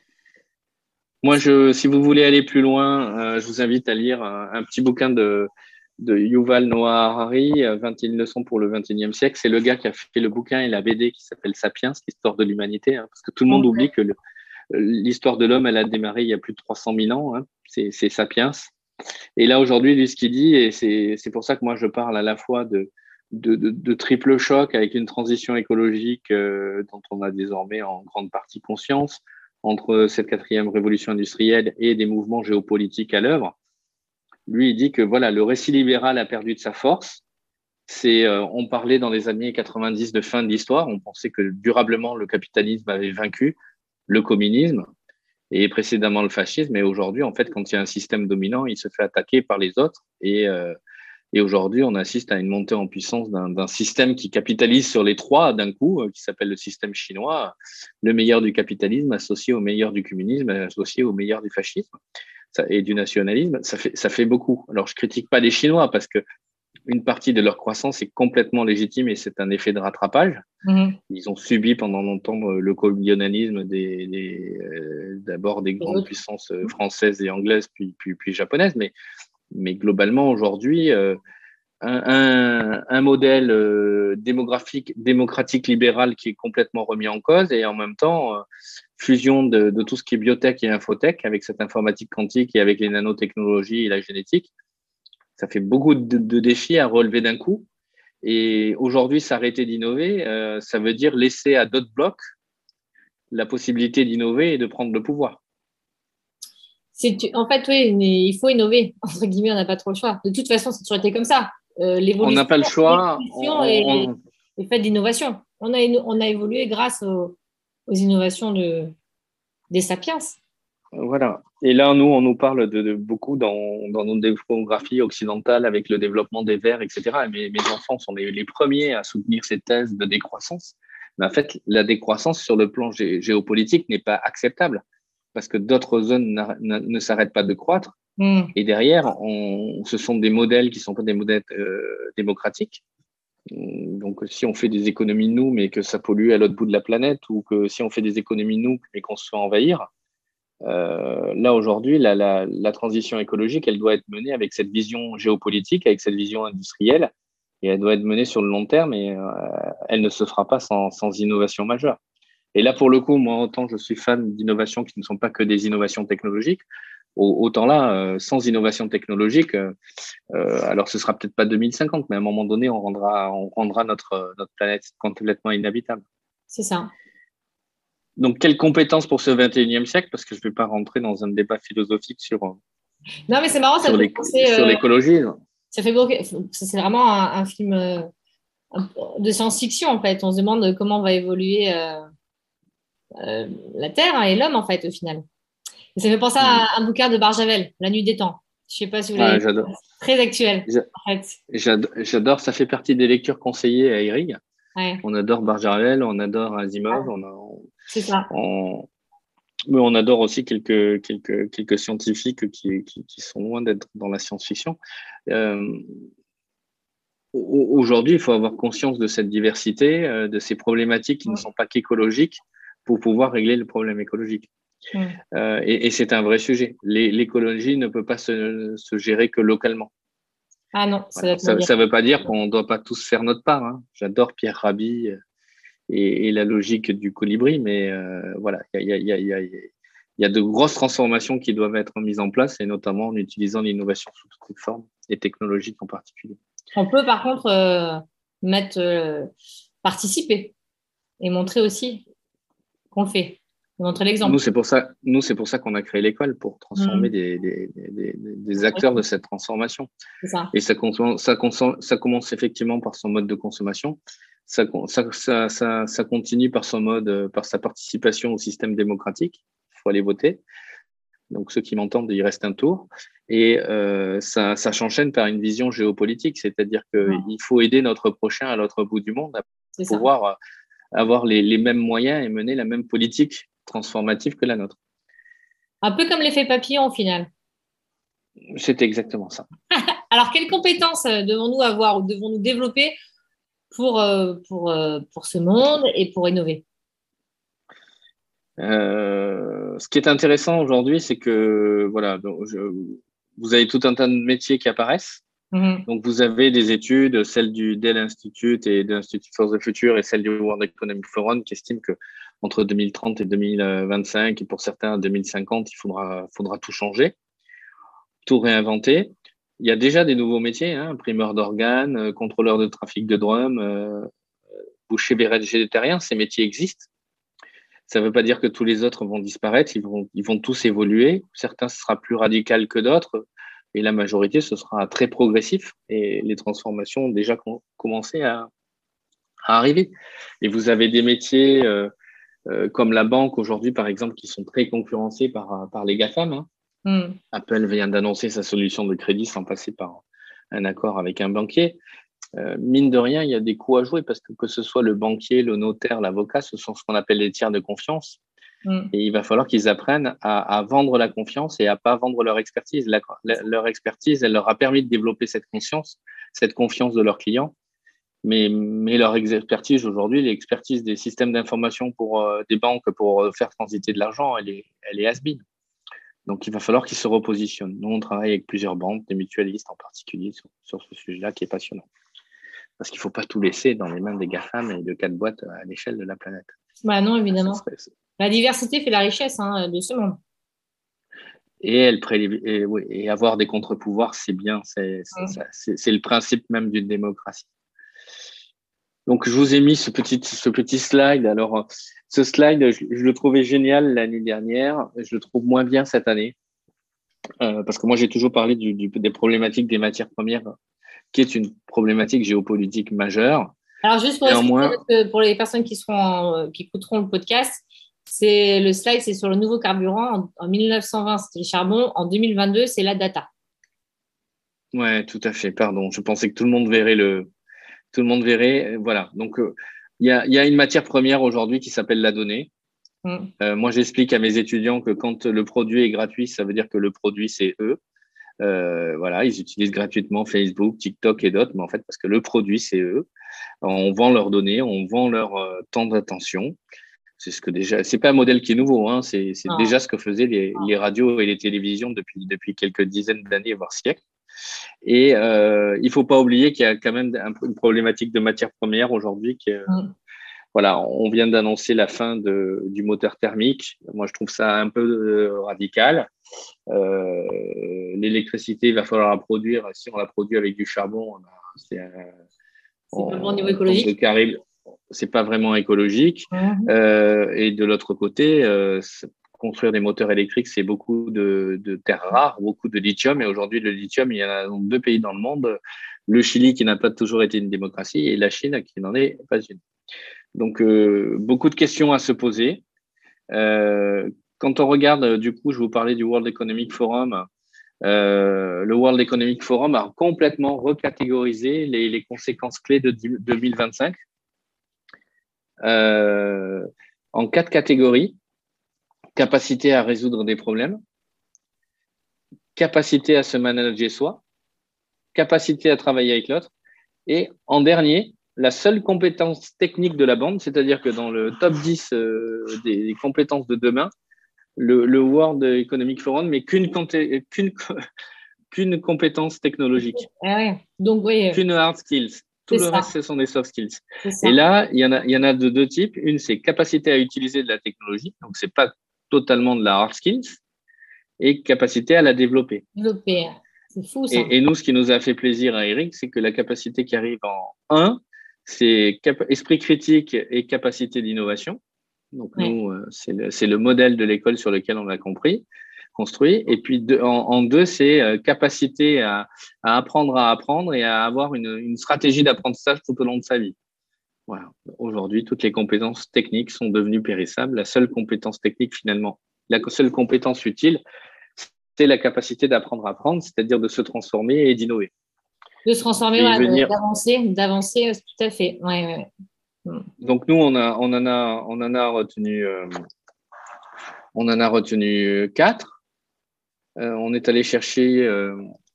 Moi, je, si vous voulez aller plus loin, euh, je vous invite à lire un, un petit bouquin de, de Yuval Noah Harari, vingt et une leçons pour le vingt et unième siècle. C'est le gars qui a fait le bouquin et la B D qui s'appelle Sapiens, l'histoire de l'humanité, hein, parce que tout le monde oublie que l'histoire de l'homme, elle a démarré il y a plus de trois cent mille ans. Hein, c'est Sapiens. Et là, aujourd'hui, lui, ce qu'il dit, et c'est pour ça que moi, je parle à la fois de, de, de, de triple choc avec une transition écologique euh, dont on a désormais en grande partie conscience, entre cette quatrième révolution industrielle et des mouvements géopolitiques à l'œuvre. Lui, il dit que voilà, le récit libéral a perdu de sa force. C'est, euh, on parlait dans les années quatre-vingt-dix de fin de l'histoire. On pensait que durablement le capitalisme avait vaincu le communisme et précédemment le fascisme. Et aujourd'hui, en fait, quand il y a un système dominant, il se fait attaquer par les autres. Et, euh, et aujourd'hui, on assiste à une montée en puissance d'un système qui capitalise sur les trois d'un coup, qui s'appelle le système chinois, le meilleur du capitalisme associé au meilleur du communisme, associé au meilleur du fascisme ça, et du nationalisme. Ça fait, ça fait beaucoup. Alors, je critique pas les Chinois parce que une partie de leur croissance est complètement légitime et c'est un effet de rattrapage. Mmh. Ils ont subi pendant longtemps le colonialisme des, des euh, d'abord des grandes puissances françaises et anglaises, puis, puis, puis japonaises, mais Mais globalement, aujourd'hui, euh, un, un, un modèle euh, démographique, démocratique libéral qui est complètement remis en cause et en même temps, euh, fusion de, de tout ce qui est biotech et infotech avec cette informatique quantique et avec les nanotechnologies et la génétique. Ça fait beaucoup de, de défis à relever d'un coup. Et aujourd'hui, s'arrêter d'innover, euh, ça veut dire laisser à d'autres blocs la possibilité d'innover et de prendre le pouvoir. En fait, oui, mais il faut innover. Entre guillemets, on n'a pas trop le choix. De toute façon, c'est toujours été comme ça. Euh, on n'a pas le choix. On, est, on... est faite d'innovation. On a, on a évolué grâce aux, aux innovations de, des sapiens. Voilà. Et là, nous, on nous parle de, de beaucoup dans, dans nos démographies occidentales avec le développement des vers, et cetera. Mais mes enfants sont les, les premiers à soutenir ces thèses de décroissance. Mais en fait, la décroissance sur le plan gé géopolitique n'est pas acceptable parce que d'autres zones ne s'arrêtent pas de croître. Mmh. Et derrière, on, ce sont des modèles qui ne sont pas des modèles euh, démocratiques. Donc, si on fait des économies de nous, mais que ça pollue à l'autre bout de la planète, ou que si on fait des économies de nous, mais qu'on se fait envahir, euh, là, aujourd'hui, la, la, la transition écologique, elle doit être menée avec cette vision géopolitique, avec cette vision industrielle, et elle doit être menée sur le long terme, et euh, elle ne se fera pas sans, sans innovation majeure. Et là, pour le coup, moi, autant je suis fan d'innovations qui ne sont pas que des innovations technologiques, autant là, euh, sans innovation technologique, euh, alors ce sera peut-être pas deux mille cinquante, mais à un moment donné, on rendra, on rendra notre, notre planète complètement inhabitable. C'est ça. Donc, quelles compétences pour ce vingt et unième siècle? Parce que je ne vais pas rentrer dans un débat philosophique sur, non, mais c'est marrant, sur l'écologie. Euh, ça fait c'est vraiment un, un film euh, de science-fiction, en fait. On se demande comment va évoluer euh, euh, la Terre hein, et l'homme, en fait, au final. Et ça me fait penser à un bouquin de Barjavel, La nuit des temps. Je ne sais pas si vous l'avez ah, vu. Très actuel. En fait. J'adore, ça fait partie des lectures conseillées à Eric. Ouais. On adore Barjavel, on adore Asimov. Ouais. On a, on, C'est ça. On, mais on adore aussi quelques, quelques, quelques scientifiques qui, qui, qui sont loin d'être dans la science-fiction. Euh, Aujourd'hui, il faut avoir conscience de cette diversité, euh, de ces problématiques qui ouais. ne sont pas qu'écologiques pour pouvoir régler le problème écologique. Mmh. Euh, et et c'est un vrai sujet. L'écologie ne peut pas se, se gérer que localement. Ah non, ça Voilà. va être moins bien. Ça ne veut pas dire qu'on ne doit pas tous faire notre part, hein. J'adore Pierre Rabhi et, et la logique du colibri, mais euh, voilà, il y a, y, a, y, a, y a de grosses transformations qui doivent être mises en place, et notamment en utilisant l'innovation sous toutes ses formes, et technologiques en particulier. On peut par contre euh, mettre, euh, participer et montrer aussi qu'on le fait, montrer l'exemple. Nous, c'est pour ça, nous, c'est pour ça qu'on a créé l'école, pour transformer Mmh. des, des, des, des acteurs de cette transformation. C'est ça. Et ça, ça, ça commence effectivement par son mode de consommation. Ça, ça, ça, ça, ça continue par son mode, par sa participation au système démocratique. Il faut aller voter. Donc, ceux qui m'entendent, il reste un tour. Et euh, ça, ça s'enchaîne par une vision géopolitique, c'est-à-dire qu'il faut aider notre prochain à l'autre bout du monde à C'est pouvoir ça. avoir les, les mêmes moyens et mener la même politique transformative que la nôtre. Un peu comme l'effet papillon au final. C'est exactement ça. Alors, quelles compétences devons-nous avoir ou devons-nous développer pour, euh, pour, euh, pour ce monde et pour innover? Euh, ce qui est intéressant aujourd'hui, c'est que voilà, donc je, vous avez tout un tas de métiers qui apparaissent. Mm-hmm. Donc, vous avez des études, celle du Dell Institute et de l'Institut for the Future et celle du World Economic Forum, qui estiment que entre deux mille trente et deux mille vingt-cinq, et pour certains deux mille cinquante, il faudra, faudra tout changer, tout réinventer. Il y a déjà des nouveaux métiers, hein, imprimeur d'organes, euh, contrôleur de trafic de drums, euh, boucher végétarien, ces métiers existent. Ça ne veut pas dire que tous les autres vont disparaître, ils vont, ils vont tous évoluer. Certains, ce sera plus radical que d'autres, et la majorité, ce sera très progressif, et les transformations ont déjà com- commencé à, à arriver. Et vous avez des métiers euh, euh, comme la banque aujourd'hui, par exemple, qui sont très concurrencés par, par les GAFAM, hein. Mm. Apple vient d'annoncer sa solution de crédit sans passer par un accord avec un banquier. Euh, mine de rien, il y a des coups à jouer parce que que ce soit le banquier, le notaire, l'avocat, ce sont ce qu'on appelle les tiers de confiance. Mm. Et il va falloir qu'ils apprennent à, à vendre la confiance et à pas vendre leur expertise. La, la, leur expertise, elle leur a permis de développer cette conscience, cette confiance de leurs clients. Mais, mais leur expertise aujourd'hui, l'expertise des systèmes d'information pour euh, des banques pour euh, faire transiter de l'argent, elle est, elle est has-been. Donc, il va falloir qu'ils se repositionnent. Nous, on travaille avec plusieurs banques, des mutualistes en particulier, sur, sur ce sujet-là qui est passionnant. Parce qu'il ne faut pas tout laisser dans les mains des GAFAM et de quatre boîtes à l'échelle de la planète. Bah non, évidemment. Serait... La diversité fait la richesse hein, de ce monde. Et, elle pré... et, oui, et avoir des contre-pouvoirs, c'est bien. C'est, c'est, mmh. c'est, c'est le principe même d'une démocratie. Donc, je vous ai mis ce petit, ce petit slide. Alors, ce slide, je, je le trouvais génial l'année dernière. Je le trouve moins bien cette année. Euh, parce que moi, j'ai toujours parlé du, du, des problématiques des matières premières, qui est une problématique géopolitique majeure. Alors, juste pour, Néanmoins, pour les personnes qui, seront, qui écouteront le podcast, c'est, le slide, c'est sur le nouveau carburant. En, en mille neuf cent vingt, c'était le charbon. En deux mille vingt-deux, c'est la data. Ouais, tout à fait. Pardon. Je pensais que tout le monde verrait le... Tout le monde verrait. Voilà. Donc, il euh, y, a, y a une matière première aujourd'hui qui s'appelle la donnée. Mm. Euh, moi, j'explique à mes étudiants que quand le produit est gratuit, ça veut dire que le produit, c'est eux. Euh, voilà, ils utilisent gratuitement Facebook, TikTok et d'autres, mais en fait, parce que le produit, c'est eux. On vend leurs données, on vend leur euh, temps d'attention. C'est ce que déjà, c'est pas un modèle qui est nouveau, hein. C'est, c'est déjà ce que faisaient les, les radios et les télévisions depuis, depuis quelques dizaines d'années, voire siècles. Et euh, il faut pas oublier qu'il y a quand même une problématique de matière première aujourd'hui qui est, mm. Voilà, on vient d'annoncer la fin de, du moteur thermique. Moi, je trouve ça un peu euh, radical. Euh, l'électricité, il va falloir la produire. Si on la produit avec du charbon, c'est, un, c'est on, pas bon au niveau écologique. Carré, c'est pas vraiment écologique. Mmh. Euh, et de l'autre côté, euh, construire des moteurs électriques, c'est beaucoup de, de terres rares, beaucoup de lithium. Et aujourd'hui, le lithium, il y en a dans deux pays dans le monde. Le Chili, qui n'a pas toujours été une démocratie, et la Chine, qui n'en est pas une. Donc, euh, beaucoup de questions à se poser. Euh, quand on regarde, du coup, je vous parlais du World Economic Forum. Euh, le World Economic Forum a complètement recatégorisé les, les conséquences clés de deux mille vingt-cinq euh, en quatre catégories. Capacité à résoudre des problèmes, capacité à se manager soi, capacité à travailler avec l'autre, et en dernier, la seule compétence technique de la bande, c'est-à-dire que dans le top dix euh, des, des compétences de demain, le, le World Economic Forum met qu'une, qu'une, qu'une compétence technologique. Ah ouais. Donc, oui. Qu'une hard skills. Tout le ça. reste, ce sont des soft skills. Et là, il y en a, il y en a de deux types. Une, c'est capacité à utiliser de la technologie. Donc, c'est pas totalement de la hard skills. Et capacité à la développer. Développer. C'est fou, ça. Et, et nous, ce qui nous a fait plaisir à Eric, c'est que la capacité qui arrive en un, c'est esprit critique et capacité d'innovation. Donc, ouais. nous, c'est le, c'est le modèle de l'école sur lequel on l'a compris. Construit. Et puis de, en, en deux, c'est euh, capacité à, à apprendre à apprendre et à avoir une, une stratégie d'apprentissage tout au long de sa vie. Voilà. Aujourd'hui, toutes les compétences techniques sont devenues périssables. La seule compétence technique, finalement, la seule compétence utile, c'est la capacité d'apprendre à apprendre, c'est-à-dire de se transformer et d'innover. De se transformer, ouais, venir... d'avancer, d'avancer, tout à fait. Ouais, ouais. Donc nous, on a, on en a, on en a retenu, euh, on en a retenu quatre. Euh, on est allé chercher euh,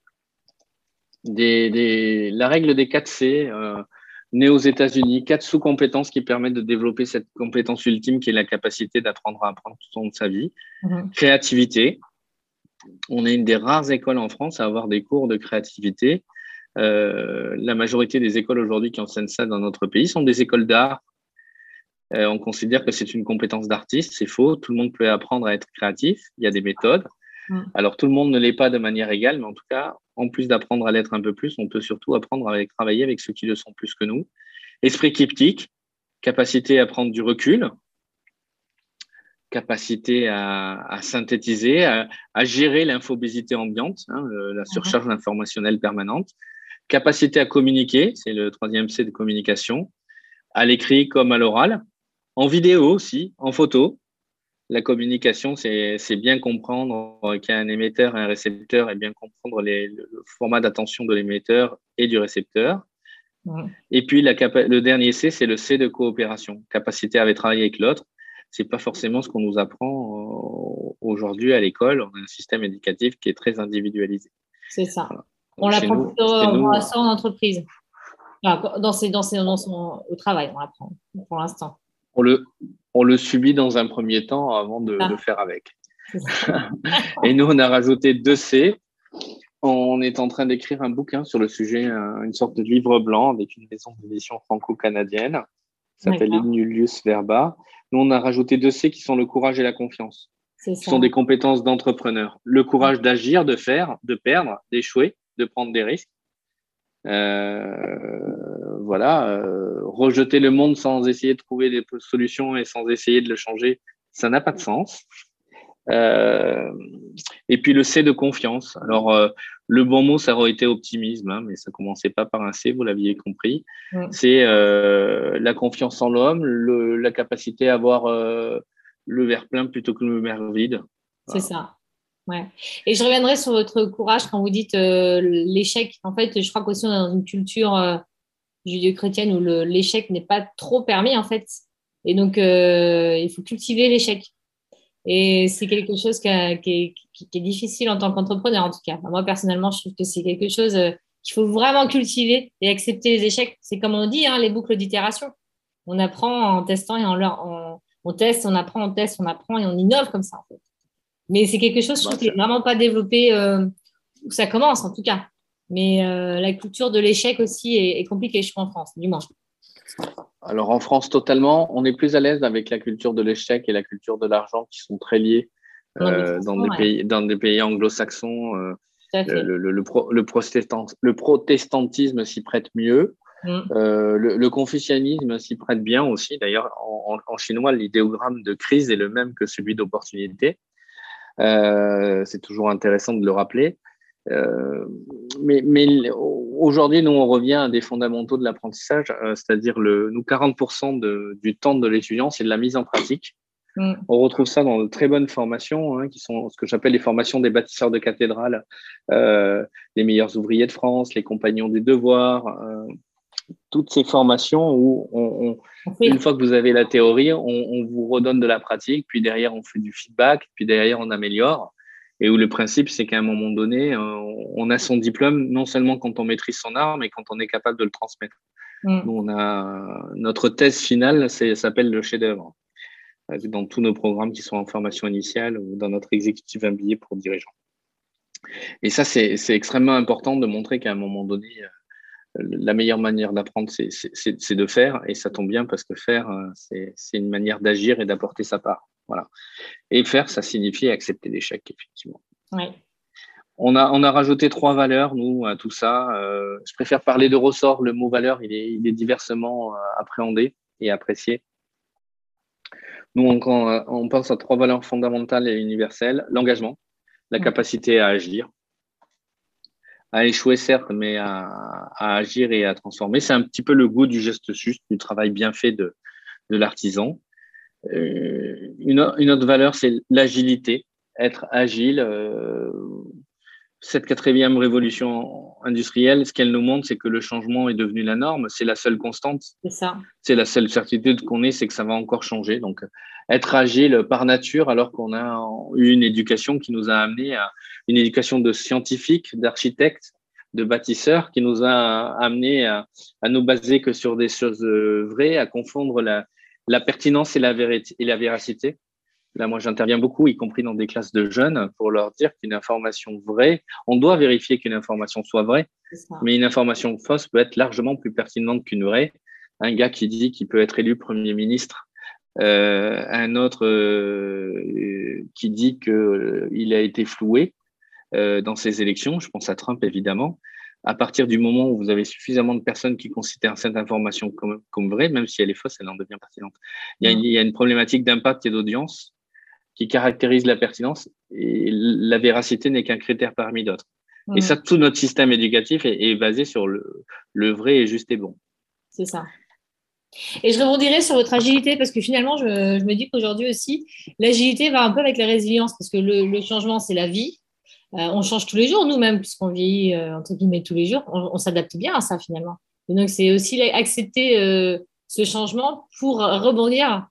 des, des, la règle des quatre C, euh, née aux États-Unis, quatre sous-compétences qui permettent de développer cette compétence ultime qui est la capacité d'apprendre à apprendre tout au long de sa vie. Mmh. Créativité. On est une des rares écoles en France à avoir des cours de créativité. Euh, la majorité des écoles aujourd'hui qui enseignent ça dans notre pays sont des écoles d'art. Euh, on considère que c'est une compétence d'artiste. C'est faux. Tout le monde peut apprendre à être créatif. Il y a des méthodes. Alors, tout le monde ne l'est pas de manière égale, mais en tout cas, en plus d'apprendre à l'être un peu plus, on peut surtout apprendre à travailler avec ceux qui le sont plus que nous. Esprit cryptique, capacité à prendre du recul, capacité à, à synthétiser, à, à gérer l'infobésité ambiante, hein, la surcharge informationnelle permanente, capacité à communiquer, c'est le troisième C de communication, à l'écrit comme à l'oral, en vidéo aussi, en photo. La communication, c'est, c'est bien comprendre qu'il y a un émetteur et un récepteur et bien comprendre les, le format d'attention de l'émetteur et du récepteur. Mmh. Et puis, la capa- le dernier C, c'est le C de coopération, capacité à travailler avec l'autre. C'est pas forcément ce qu'on nous apprend aujourd'hui à l'école. On a un système éducatif qui est très individualisé. C'est ça. Voilà. On l'apprend plutôt en relation en entreprise. Enfin, dans ses, dans ses, dans son, au travail, on l'apprend pour l'instant. On le, on le subit dans un premier temps avant de ah. le faire avec. Et nous, on a rajouté deux C. On est en train d'écrire un bouquin sur le sujet, une sorte de livre blanc avec une maison d'édition franco-canadienne. Ça s'appelle Nullius Verba. Nous, on a rajouté deux C qui sont le courage et la confiance. C'est Ce ça. sont des compétences d'entrepreneur. Le courage d'agir, de faire, de perdre, d'échouer, de prendre des risques. Euh, voilà, euh, rejeter le monde sans essayer de trouver des solutions et sans essayer de le changer, ça n'a pas de sens. Euh, et puis le C de confiance. Alors, euh, le bon mot, ça aurait été optimisme, hein, mais ça commençait pas par un C, vous l'aviez compris. Ouais. C'est euh, la confiance en l'homme, le, la capacité à avoir euh, le verre plein plutôt que le verre vide. Voilà. C'est ça. Ouais. Et je reviendrai sur votre courage quand vous dites euh, l'échec. En fait, je crois qu'aussi on est dans une culture euh, judéo-chrétienne où le, l'échec n'est pas trop permis, en fait. Et donc, euh, il faut cultiver l'échec. Et c'est quelque chose qui, a, qui, est, qui, qui est difficile en tant qu'entrepreneur, en tout cas. Enfin, moi, personnellement, je trouve que c'est quelque chose euh, qu'il faut vraiment cultiver et accepter les échecs. C'est comme on dit, hein, les boucles d'itération. On apprend en testant et en leur, on, on teste, on apprend, on teste, on apprend et on innove comme ça, en fait. Mais c'est quelque chose, je trouve, qui n'est vraiment pas développé euh, où ça commence, en tout cas. Mais euh, la culture de l'échec aussi est, est compliquée, je trouve, en France, du moins. Alors, en France, totalement, on est plus à l'aise avec la culture de l'échec et la culture de l'argent qui sont très liées euh, dans, des ouais. pays, dans des pays anglo-saxons. Euh, le, le, le, le, pro, le, protestant, le protestantisme s'y prête mieux. Mm. Euh, le, le confucianisme s'y prête bien aussi. D'ailleurs, en, en, en chinois, l'idéogramme de crise est le même que celui d'opportunité. Euh, c'est toujours intéressant de le rappeler. Euh, mais, mais aujourd'hui, nous, on revient à des fondamentaux de l'apprentissage, euh, c'est-à-dire le, nous, quarante pour cent de, du temps de l'étudiant, c'est de la mise en pratique. Mm. On retrouve ça dans de très bonnes formations, hein, qui sont ce que j'appelle les formations des bâtisseurs de cathédrales, euh, les meilleurs ouvriers de France, les compagnons du devoir, euh, toutes ces formations où on, on, oui. une fois que vous avez la théorie, on, on vous redonne de la pratique, puis derrière, on fait du feedback, puis derrière, on améliore. Et où le principe, c'est qu'à un moment donné, on a son diplôme, non seulement quand on maîtrise son art, mais quand on est capable de le transmettre. Mm. Nous, on a notre thèse finale, c'est, ça s'appelle le chef-d'œuvre, dans tous nos programmes qui sont en formation initiale ou dans notre exécutif M B A pour dirigeants. Et ça, c'est, c'est extrêmement important de montrer qu'à un moment donné, la meilleure manière d'apprendre, c'est, c'est, c'est de faire. Et ça tombe bien parce que faire, c'est, c'est une manière d'agir et d'apporter sa part. Voilà. Et faire, ça signifie accepter l'échec, effectivement. Oui. On a, on a rajouté trois valeurs, nous, à tout ça. Euh, je préfère parler de ressort. Le mot valeur, il est, il est diversement appréhendé et apprécié. Nous, on, on pense à trois valeurs fondamentales et universelles. L'engagement, la capacité à agir. À échouer, certes, mais à, à agir et à transformer. C'est un petit peu le goût du geste juste, du travail bien fait de, de l'artisan. Euh, une, une autre valeur, c'est l'agilité, être agile. Euh, cette quatrième révolution industrielle, ce qu'elle nous montre, c'est que le changement est devenu la norme. C'est la seule constante. C'est ça. C'est la seule certitude qu'on ait, c'est que ça va encore changer. Donc, être agile par nature, alors qu'on a eu une éducation qui nous a amené à une éducation de scientifiques, d'architectes, de bâtisseurs, qui nous a amené à, à nous baser que sur des choses vraies, à confondre la, la pertinence et la, vérité, et la véracité. Là, moi, j'interviens beaucoup, y compris dans des classes de jeunes, pour leur dire qu'une information vraie, on doit vérifier qu'une information soit vraie, mais une information fausse peut être largement plus pertinente qu'une vraie. Un gars qui dit qu'il peut être élu Premier ministre, euh, un autre euh, qui dit qu'il euh, a été floué euh, dans ces élections, je pense à Trump évidemment. À partir du moment où vous avez suffisamment de personnes qui considèrent cette information comme, comme vraie, même si elle est fausse, elle en devient pertinente. Il y a une, il y a une problématique d'impact et d'audience qui caractérise la pertinence, et la véracité n'est qu'un critère parmi d'autres. Mmh. Et ça, tout notre système éducatif est, est basé sur le, le vrai et juste et bon. C'est ça. Et je rebondirai sur votre agilité, parce que finalement, je, je me dis qu'aujourd'hui aussi, l'agilité va un peu avec la résilience, parce que le, le changement, c'est la vie. Euh, on change tous les jours, nous-mêmes, puisqu'on vieillit, euh, entre guillemets, tous les jours. On, on s'adapte bien à ça, finalement. Et donc, c'est aussi accepter euh, ce changement pour rebondir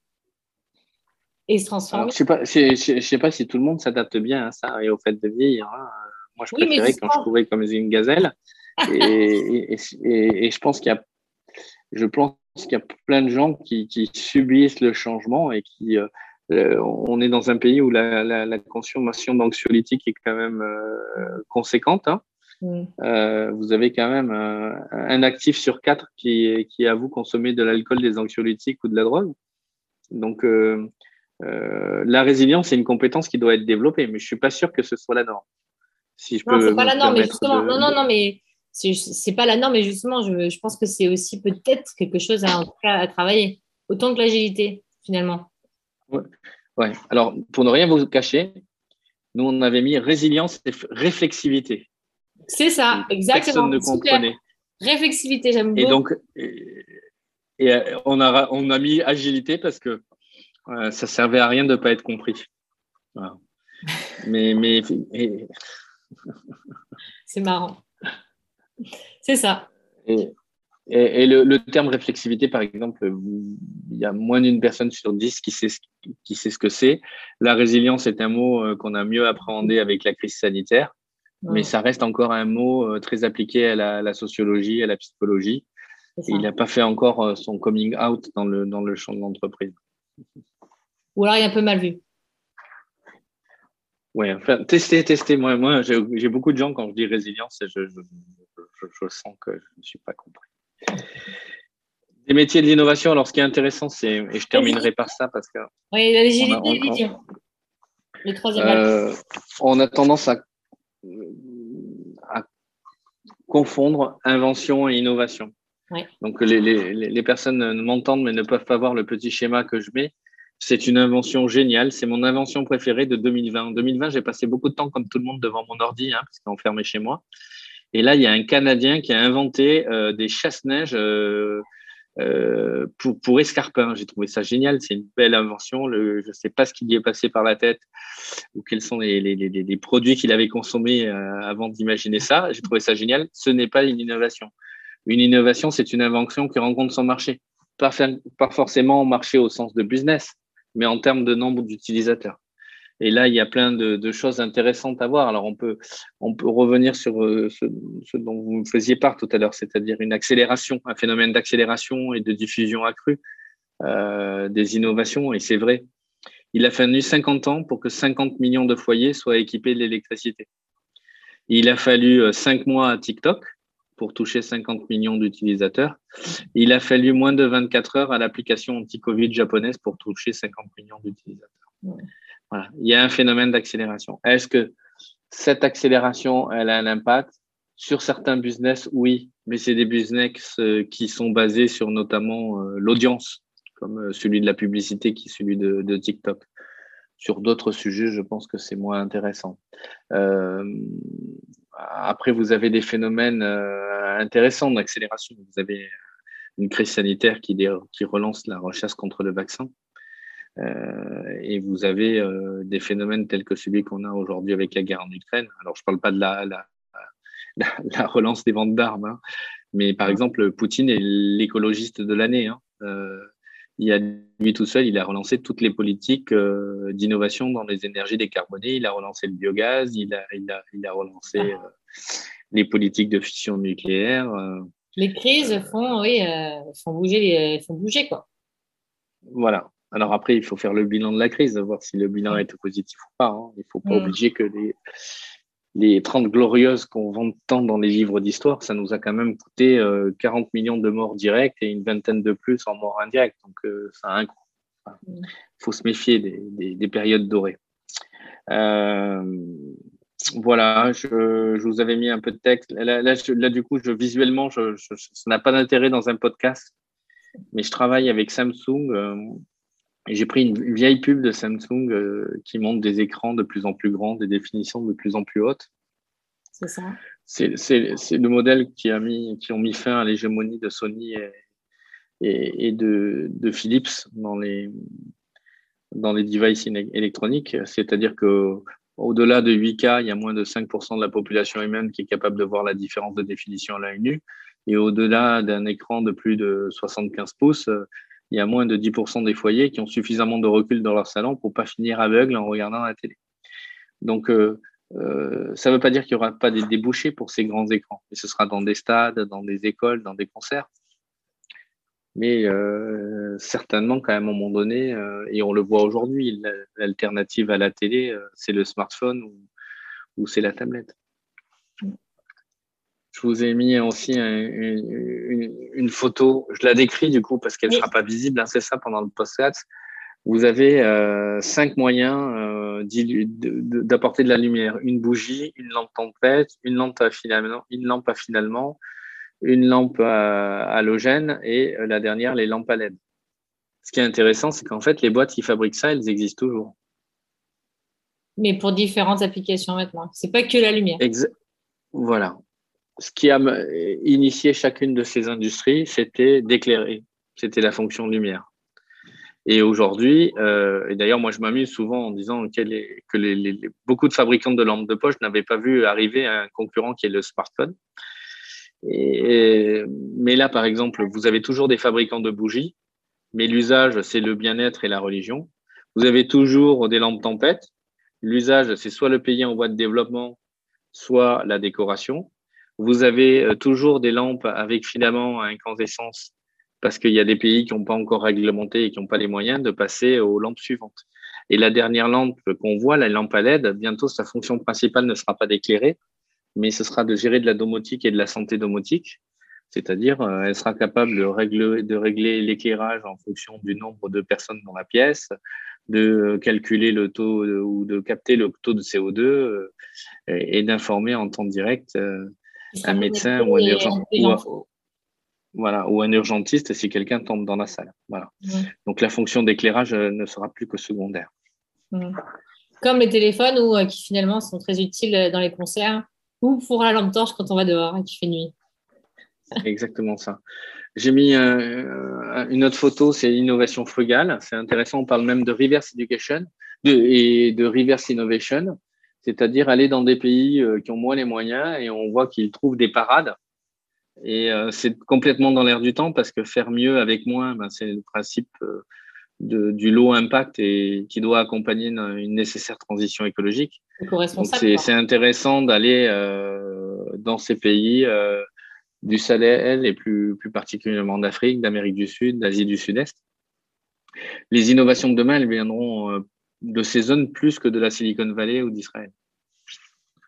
et se transformer. Alors, je ne sais, sais, sais pas si tout le monde s'adapte bien à ça et au fait de vieillir. Hein. Moi, je oui, préférais quand je courais comme une gazelle. Et, et, et, et je pense qu'il y a, je pense qu'il y a plein de gens qui, qui subissent le changement et qui, euh, on est dans un pays où la, la, la consommation d'anxiolytiques est quand même euh, conséquente. Hein. Mm. Euh, vous avez quand même un, un actif sur quatre qui, qui avoue consommer de l'alcool, des anxiolytiques ou de la drogue. Donc, euh, Euh, la résilience, c'est une compétence qui doit être développée, mais je suis pas sûr que ce soit la norme. Si je non, peux c'est pas la norme, mais justement, de... non, non, non, mais c'est, c'est pas la norme, mais justement, je, je pense que c'est aussi peut-être quelque chose à, en tout cas, à travailler, autant que l'agilité, finalement. Ouais. ouais. Alors, pour ne rien vous cacher, nous, on avait mis résilience et réflexivité. C'est ça, donc, exactement. Personne ne comprenait. Réflexivité, j'aime beaucoup. Et donc, et, et on, a, on a mis agilité parce que Euh, ça servait à rien de ne pas être compris. Voilà. Mais, mais, mais... c'est marrant. C'est ça. Et, et, et le, le terme réflexivité, par exemple, il y a moins d'une personne sur dix qui sait, qui sait ce que c'est. La résilience est un mot qu'on a mieux appréhendé avec la crise sanitaire, ouais. Mais ça reste encore un mot très appliqué à la, la sociologie, à la psychologie. Et il n'a pas fait encore son coming out dans le, dans le champ de l'entreprise. Ou alors il est un peu mal vu. Oui, enfin, tester, tester. Moi, moi j'ai, j'ai beaucoup de gens, quand je dis résilience, je, je, je, je sens que je ne suis pas compris. Des métiers de l'innovation, alors ce qui est intéressant, c'est, et je terminerai par ça parce que. Oui, l'agilité et vision. Le troisième. Euh, on a tendance à, à confondre invention et innovation. Ouais. Donc, les, les, les personnes m'entendent mais ne peuvent pas voir le petit schéma que je mets. C'est une invention géniale. C'est mon invention préférée de deux mille vingt. En deux mille vingt, j'ai passé beaucoup de temps, comme tout le monde, devant mon ordi, hein, parce qu'on est enfermé chez moi. Et là, il y a un Canadien qui a inventé euh, des chasse-neige euh, euh, pour, pour escarpins. J'ai trouvé ça génial. C'est une belle invention. Le, je ne sais pas ce qui lui est passé par la tête ou quels sont les, les, les, les produits qu'il avait consommés euh, avant d'imaginer ça. J'ai trouvé ça génial. Ce n'est pas une innovation. Une innovation, c'est une invention qui rencontre son marché. Pas, faire, pas forcément marché au sens de business, mais en termes de nombre d'utilisateurs. Et là, il y a plein de, de choses intéressantes à voir. Alors, on peut, on peut revenir sur ce, ce dont vous me faisiez part tout à l'heure, c'est-à-dire une accélération, un phénomène d'accélération et de diffusion accrue euh, des innovations. Et c'est vrai, il a fallu cinquante ans pour que cinquante millions de foyers soient équipés de l'électricité. Il a fallu cinq mois à TikTok pour toucher cinquante millions d'utilisateurs. Il a fallu moins de vingt-quatre heures à l'application anti-Covid japonaise pour toucher cinquante millions d'utilisateurs. Ouais. Voilà. Il y a un phénomène d'accélération. Est-ce que cette accélération, elle a un impact sur certains business? Oui, mais c'est des business qui sont basés sur notamment l'audience, comme celui de la publicité qui est celui de, de TikTok. Sur d'autres sujets, je pense que c'est moins intéressant. Euh, après, vous avez des phénomènes euh, intéressants d'accélération. Vous avez une crise sanitaire qui, qui relance la recherche contre le vaccin. Euh, et vous avez euh, des phénomènes tels que celui qu'on a aujourd'hui avec la guerre en Ukraine. Alors, je ne parle pas de la, la, la, la relance des ventes d'armes, hein, mais par exemple, Poutine est l'écologiste de l'année. Hein. Euh, il a, lui tout seul, il a relancé toutes les politiques euh, d'innovation dans les énergies décarbonées. Il a relancé le biogaz, il a, il a, il a relancé euh, les politiques de fission nucléaire. Euh, les crises font, oui, euh, font bouger, les, font bouger, quoi. Voilà. Alors après, il faut faire le bilan de la crise, voir si le bilan est positif ou pas. Hein. Il ne faut pas mmh. obliger que les, les trente glorieuses qu'on vend tant dans les livres d'histoire, ça nous a quand même coûté euh, quarante millions de morts directes et une vingtaine de plus en morts indirectes. Donc, euh, ça a un coût. Il enfin, mmh. faut se méfier des, des, des périodes dorées. Euh, voilà, je, je vous avais mis un peu de texte. Là, là, je, là du coup, je, visuellement, je, je, ça n'a pas d'intérêt dans un podcast, mais je travaille avec Samsung. Euh, Et j'ai pris une vieille pub de Samsung euh, qui montre des écrans de plus en plus grands, des définitions de plus en plus hautes. C'est ça. C'est, c'est, c'est le modèle qui, a mis, qui ont mis fin à l'hégémonie de Sony et, et, et de, de Philips dans les, dans les devices électroniques. C'est-à-dire qu'au-delà de huit K, il y a moins de cinq pour cent de la population humaine qui est capable de voir la différence de définition à l'œil nu. Et au-delà d'un écran de plus de soixante-quinze pouces, il y a moins de dix pour cent des foyers qui ont suffisamment de recul dans leur salon pour ne pas finir aveugle en regardant la télé. Donc, euh, euh, ça ne veut pas dire qu'il n'y aura pas des débouchés pour ces grands écrans. Et ce sera dans des stades, dans des écoles, dans des concerts. Mais euh, certainement qu'à un moment donné, euh, et on le voit aujourd'hui, l'alternative à la télé, euh, c'est le smartphone ou, ou c'est la tablette. Je vous ai mis aussi un, une, une, une photo. Je la décris du coup parce qu'elle ne oui. sera pas visible, hein, c'est ça, pendant le podcast. Vous avez euh, cinq moyens euh, d'apporter de la lumière. Une bougie, une lampe tempête, une lampe à filament, une lampe à finalement, une lampe à halogène et la dernière, les lampes à L E D. Ce qui est intéressant, c'est qu'en fait, les boîtes qui fabriquent ça, elles existent toujours. Mais pour différentes applications maintenant. C'est pas que la lumière. Exa- voilà. Ce qui a initié chacune de ces industries, c'était d'éclairer. C'était la fonction lumière. Et aujourd'hui, euh, et d'ailleurs, moi, je m'amuse souvent en disant que, les, que les, les, beaucoup de fabricants de lampes de poche n'avaient pas vu arriver un concurrent qui est le smartphone. Et, mais là, par exemple, vous avez toujours des fabricants de bougies, mais l'usage, c'est le bien-être et la religion. Vous avez toujours des lampes tempête. L'usage, c'est soit le pays en voie de développement, soit la décoration. Vous avez toujours des lampes avec filament à incandescence parce qu'il y a des pays qui n'ont pas encore réglementé et qui n'ont pas les moyens de passer aux lampes suivantes. Et la dernière lampe qu'on voit, la lampe à L E D, bientôt, sa fonction principale ne sera pas d'éclairer, mais ce sera de gérer de la domotique et de la santé domotique. C'est-à-dire, euh, elle sera capable de régler, de régler l'éclairage en fonction du nombre de personnes dans la pièce, de calculer le taux de, ou de capter le taux de C O deux euh, et, et d'informer en temps direct euh, un médecin ou un urgent, ou, voilà, ou un urgentiste si quelqu'un tombe dans la salle. Voilà. Mmh. Donc, la fonction d'éclairage ne sera plus que secondaire. Mmh. Comme les téléphones ou euh, qui finalement sont très utiles dans les concerts ou pour la lampe torche quand on va dehors et qu'il fait nuit. C'est exactement ça. J'ai mis euh, une autre photo, c'est l'innovation frugale. C'est intéressant, on parle même de reverse education de, et de reverse innovation, c'est-à-dire aller dans des pays euh, qui ont moins les moyens et on voit qu'ils trouvent des parades. Et euh, c'est complètement dans l'air du temps parce que faire mieux avec moins, ben, c'est le principe euh, de, du low impact et qui doit accompagner une, une nécessaire transition écologique. Donc c'est, c'est intéressant d'aller euh, dans ces pays euh, du Sahel et plus, plus particulièrement d'Afrique, d'Amérique du Sud, d'Asie du Sud-Est. Les innovations de demain, elles viendront euh, de ces zones plus que de la Silicon Valley ou d'Israël.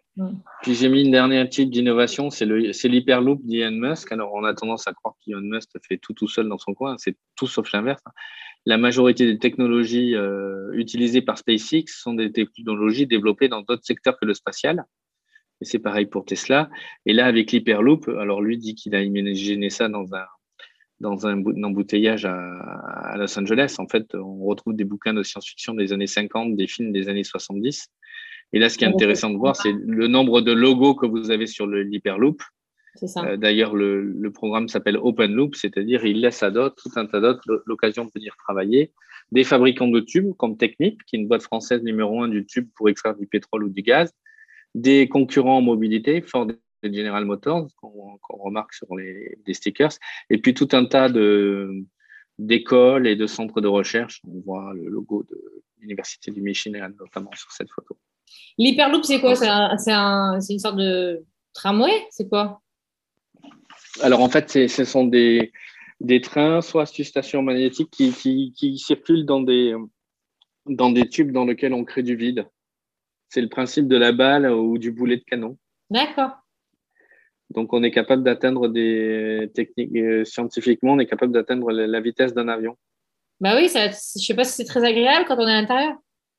Ouais. Puis j'ai mis une dernière type d'innovation, c'est, le, c'est l'Hyperloop d'Elon Musk. Alors, on a tendance à croire qu'Elon Musk fait tout tout seul dans son coin. C'est tout sauf l'inverse. La majorité des technologies euh, utilisées par SpaceX sont des technologies développées dans d'autres secteurs que le spatial. Et c'est pareil pour Tesla. Et là, avec l'Hyperloop, alors lui dit qu'il a imaginé ça dans un, dans un, un embouteillage à, à Los Angeles. En fait, on retrouve des bouquins de science-fiction des années cinquante, des films des années soixante-dix. Et là, ce qui est intéressant de voir, c'est le nombre de logos que vous avez sur le, l'Hyperloop. C'est ça. Euh, d'ailleurs, le, le programme s'appelle Open Loop, c'est-à-dire il laisse à d'autres, tout un tas d'autres, l'occasion de venir travailler. Des fabricants de tubes, comme Technip, qui est une boîte française numéro un du tube pour extraire du pétrole ou du gaz. Des concurrents en mobilité, Ford et General Motors, qu'on, qu'on remarque sur les, les stickers. Et puis tout un tas de, d'écoles et de centres de recherche. On voit le logo de l'Université du Michigan, notamment sur cette photo. L'Hyperloop, c'est quoi? C'est, un, c'est, un, c'est une sorte de tramway? C'est quoi? Alors, en fait, c'est, ce sont des, des trains, soit sur station magnétique, qui, qui, qui circulent dans des, dans des tubes dans lesquels on crée du vide. C'est le principe de la balle ou du boulet de canon. D'accord. Donc, on est capable d'atteindre des techniques, euh, scientifiquement, on est capable d'atteindre la, la vitesse d'un avion. Bah oui, ça, je ne sais pas si c'est très agréable quand on est à l'intérieur.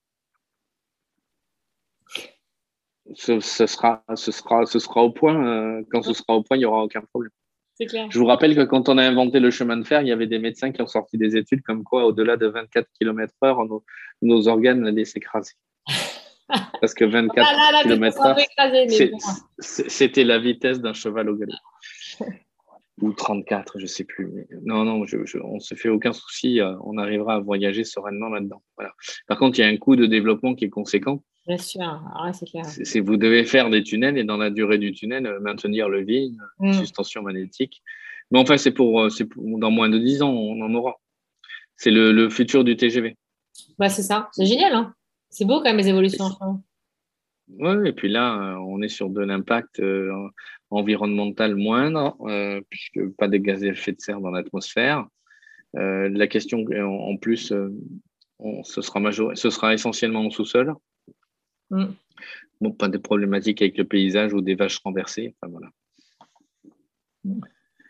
Ce, ce, sera, ce, sera, ce sera au point. Euh, quand ce sera au point, il n'y aura aucun problème. C'est clair. Je vous rappelle que quand on a inventé le chemin de fer, il y avait des médecins qui ont sorti des études comme quoi, au-delà de vingt-quatre kilomètres heure, nos, nos organes allaient s'écraser. Parce que vingt-quatre kilomètres heure, c'est, c'est, c'était la vitesse d'un cheval au galop. Ou trente-quatre, je ne sais plus. Mais non, non, je, je, on ne se fait aucun souci. Euh, on arrivera à voyager sereinement là-dedans. Voilà. Par contre, il y a un coût de développement qui est conséquent. Bien sûr, alors là, c'est clair. C'est, c'est, vous devez faire des tunnels et dans la durée du tunnel, euh, maintenir le vide, mm. suspension magnétique. Mais enfin, c'est pour, c'est pour dans moins de dix ans, on en aura. C'est le, le futur du T G V. Bah, c'est ça. C'est génial, hein. C'est beau quand même les évolutions. Oui, et puis là, on est sur de l'impact euh, environnemental moindre, euh, puisque pas de gaz à effet de serre dans l'atmosphère. Euh, la question, en, en plus, euh, on, ce, sera major... ce sera essentiellement en sous-sol. Mm. Bon, pas de problématiques avec le paysage ou des vaches renversées. Enfin, voilà. Mm.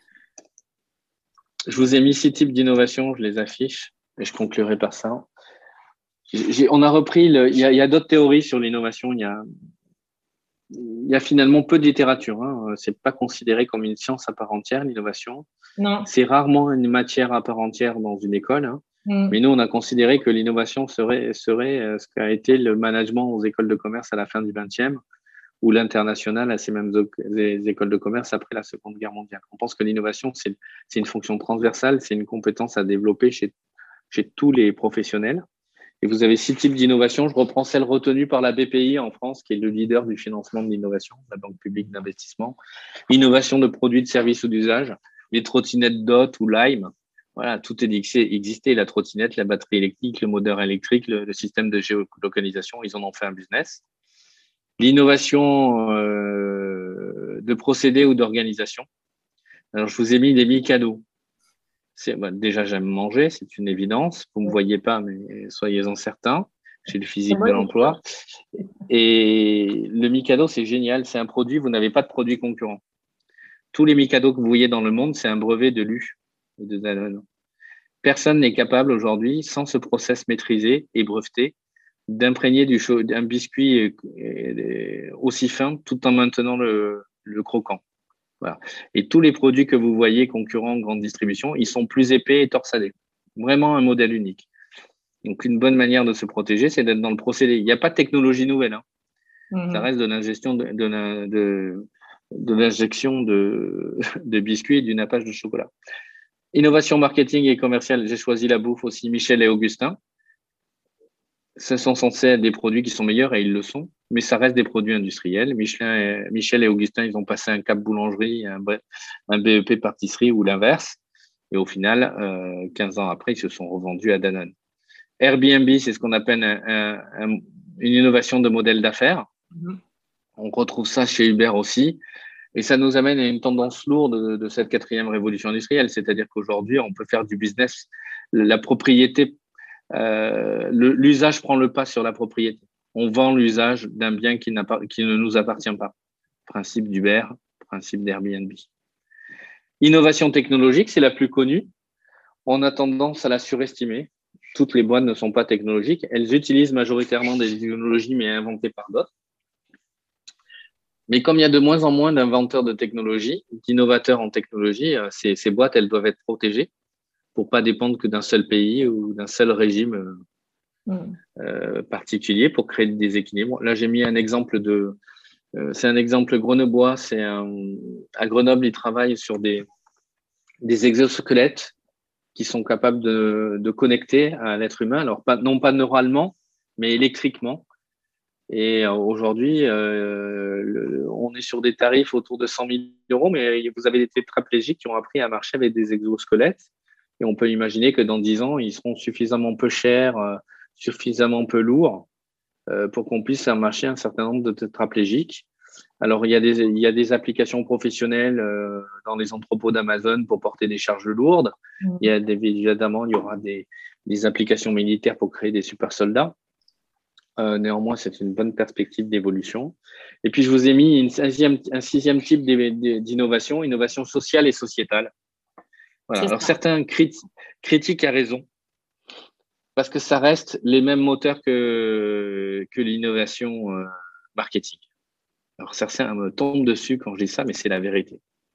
Je vous ai mis six types d'innovation, je les affiche, et je conclurai par ça. J'ai, on a repris, le, il, y a, il y a d'autres théories sur l'innovation. Il y a, il y a finalement peu de littérature. Hein. C'est pas considéré comme une science à part entière, l'innovation. Non. C'est rarement une matière à part entière dans une école. Hein. Mm. Mais nous, on a considéré que l'innovation serait, serait ce qu'a été le management aux écoles de commerce à la fin du vingtième ou l'international à ces mêmes les écoles de commerce après la Seconde Guerre mondiale. On pense que l'innovation, c'est, c'est une fonction transversale, c'est une compétence à développer chez, chez tous les professionnels. Et vous avez six types d'innovation. Je reprends celle retenue par la B P I en France, qui est le leader du financement de l'innovation, la Banque publique d'investissement. Innovation de produits, de services ou d'usage. Les trottinettes D O T ou Lime. Voilà, tout est existé. La trottinette, la batterie électrique, le moteur électrique, le, le système de géolocalisation. Ils en ont fait un business. L'innovation euh, de procédés ou d'organisation. Alors, je vous ai mis des Mikado. C'est, bah, déjà, j'aime manger, c'est une évidence. Vous ne me voyez pas, mais soyez-en certains. J'ai le physique de l'emploi. Et le Mikado, c'est génial. C'est un produit, vous n'avez pas de produit concurrent. Tous les Mikado que vous voyez dans le monde, c'est un brevet de l'U et de Danone. Personne n'est capable aujourd'hui, sans ce process maîtrisé et breveté, d'imprégner du chaud, un biscuit aussi fin tout en maintenant le, le croquant. Voilà. Et tous les produits que vous voyez concurrents grande distribution, ils sont plus épais et torsadés. Vraiment un modèle unique. Donc, une bonne manière de se protéger, c'est d'être dans le procédé. Il n'y a pas de technologie nouvelle. Hein. Mmh. Ça reste de l'ingestion de, de, la, de, de l'injection de, de biscuits et du nappage de chocolat. Innovation marketing et commerciale, j'ai choisi la bouffe aussi, Michel et Augustin. Ce sont censés être des produits qui sont meilleurs et ils le sont, mais ça reste des produits industriels. Michelin et, Michel et Augustin, ils ont passé un cap boulangerie, un, un B E P pâtisserie ou l'inverse. Et au final, euh, quinze ans après, ils se sont revendus à Danone. Airbnb, c'est ce qu'on appelle un, un, un, une innovation de modèle d'affaires. Mm-hmm. On retrouve ça chez Uber aussi. Et ça nous amène à une tendance lourde de, de cette quatrième révolution industrielle. C'est-à-dire qu'aujourd'hui, on peut faire du business. La propriété, euh, le, l'usage prend le pas sur la propriété. on vend l'usage d'un bien qui, n'a pas, qui ne nous appartient pas. Principe d'Uber, principe d'Airbnb. Innovation technologique, c'est la plus connue. On a tendance à la surestimer. Toutes les boîtes ne sont pas technologiques. Elles utilisent majoritairement des technologies, mais inventées par d'autres. Mais comme il y a de moins en moins d'inventeurs de technologie, d'innovateurs en technologie, ces, ces boîtes, elles doivent être protégées pour pas dépendre que d'un seul pays ou d'un seul régime euh, mmh. euh, particulier pour créer des déséquilibres. Là, j'ai mis un exemple de, euh, c'est un exemple grenoblois. C'est un, à Grenoble, ils travaillent sur des, des exosquelettes qui sont capables de, de connecter à l'être humain. Alors, pas, non pas neuralement, mais électriquement. Et aujourd'hui, euh, le, on est sur des tarifs autour de cent mille euros, mais vous avez des tétraplégiques qui ont appris à marcher avec des exosquelettes. Et on peut imaginer que dans dix ans, ils seront suffisamment peu chers, euh, suffisamment peu lourds euh, pour qu'on puisse faire marcher un certain nombre de tétraplégiques. Alors, il y a des, il y a des applications professionnelles euh, dans les entrepôts d'Amazon pour porter des charges lourdes. Mmh. Il y a des, évidemment, il y aura des, des applications militaires pour créer des super soldats. Euh, néanmoins, c'est une bonne perspective d'évolution. Et puis, je vous ai mis une sixième, un sixième type d'innovation, innovation sociale et sociétale. Voilà. Alors, certains crit critiquent à raison, parce que ça reste les mêmes moteurs que, que l'innovation euh, marketing. Alors, certains me tombent dessus quand je dis ça, mais c'est la vérité.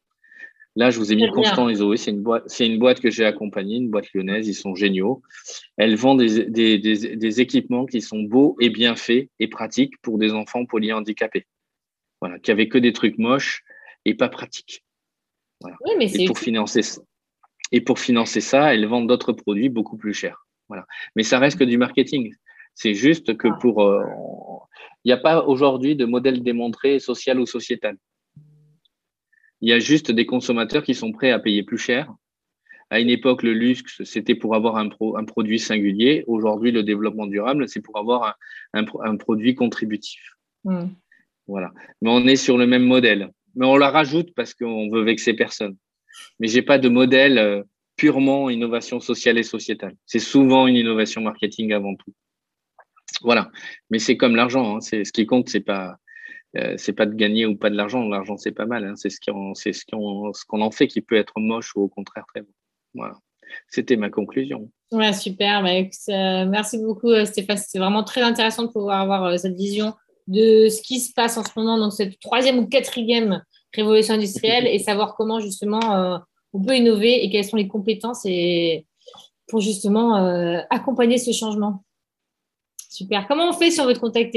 Là, je vous ai mis Constant et Zoé. C'est une boîte, c'est une boîte que j'ai accompagnée, une boîte lyonnaise. Ils sont géniaux. Elles vendent des, des, des, des équipements qui sont beaux et bien faits et pratiques pour des enfants polyhandicapés. Voilà, qui avaient que des trucs moches et pas pratiques. Voilà. Oui, mais c'est et pour financer ça, et pour financer ça, elles vendent d'autres produits beaucoup plus chers. Voilà. Mais ça reste que du marketing. C'est juste que pour, euh, il n'y a pas aujourd'hui de modèle démontré social ou sociétal. Il y a juste des consommateurs qui sont prêts à payer plus cher. À une époque, le luxe, c'était pour avoir un, pro, un produit singulier. Aujourd'hui, le développement durable, c'est pour avoir un, un, un produit contributif. Mmh. Voilà. Mais on est sur le même modèle. Mais on la rajoute parce qu'on veut vexer personne. Mais j'ai pas de modèle euh, purement innovation sociale et sociétale. C'est souvent une innovation marketing avant tout. Voilà. Mais c'est comme l'argent. Hein. C'est, ce qui compte, c'est pas Euh, c'est pas de gagner ou pas de l'argent. L'argent, c'est pas mal. Hein. C'est ce qu'on c'est ce qu'on ce qu'on en fait qui peut être moche ou au contraire très bon. Voilà. C'était ma conclusion. Ouais, super. Bah, euh, merci beaucoup, Stéphane. C'est vraiment très intéressant de pouvoir avoir euh, cette vision de ce qui se passe en ce moment dans cette troisième ou quatrième révolution industrielle et savoir comment justement euh, on peut innover et quelles sont les compétences et pour justement euh, accompagner ce changement. Super. Comment on fait si on veut te contacter ?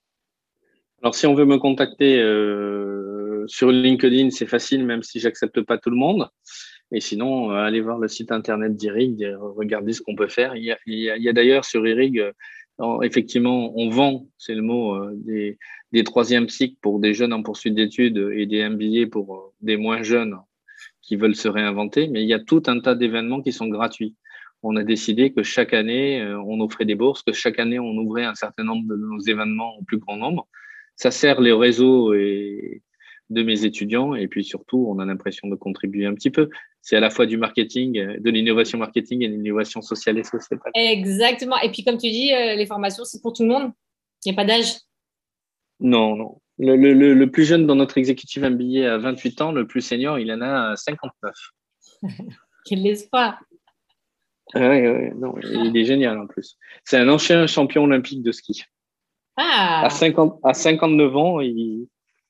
Alors, si on veut me contacter euh, sur LinkedIn, c'est facile, même si j'accepte pas tout le monde. Et sinon, euh, allez voir le site internet d'Irig, regardez ce qu'on peut faire. Il y a, il y a, il y a d'ailleurs sur Irig, euh, effectivement, on vend, c'est le mot, euh, des, des troisièmes cycles pour des jeunes en poursuite d'études et des M B A pour euh, des moins jeunes qui veulent se réinventer. Mais il y a tout un tas d'événements qui sont gratuits. On a décidé que chaque année, euh, on offrait des bourses, que chaque année, on ouvrait un certain nombre de nos événements au plus grand nombre. Ça sert les réseaux et de mes étudiants et puis surtout, on a l'impression de contribuer un petit peu. C'est à la fois du marketing, de l'innovation marketing et de l'innovation sociale et sociétale. Exactement. Et puis, comme tu dis, les formations, c'est pour tout le monde. Il n'y a pas d'âge. Non, non. Le, le, le plus jeune dans notre exécutif M B A a vingt-huit ans. Le plus senior, il en a cinquante-neuf. Quel espoir. Ah oui, oui, non, il est génial en plus. C'est un ancien champion olympique de ski. Ah. À, cinquante, à cinquante-neuf ans, il,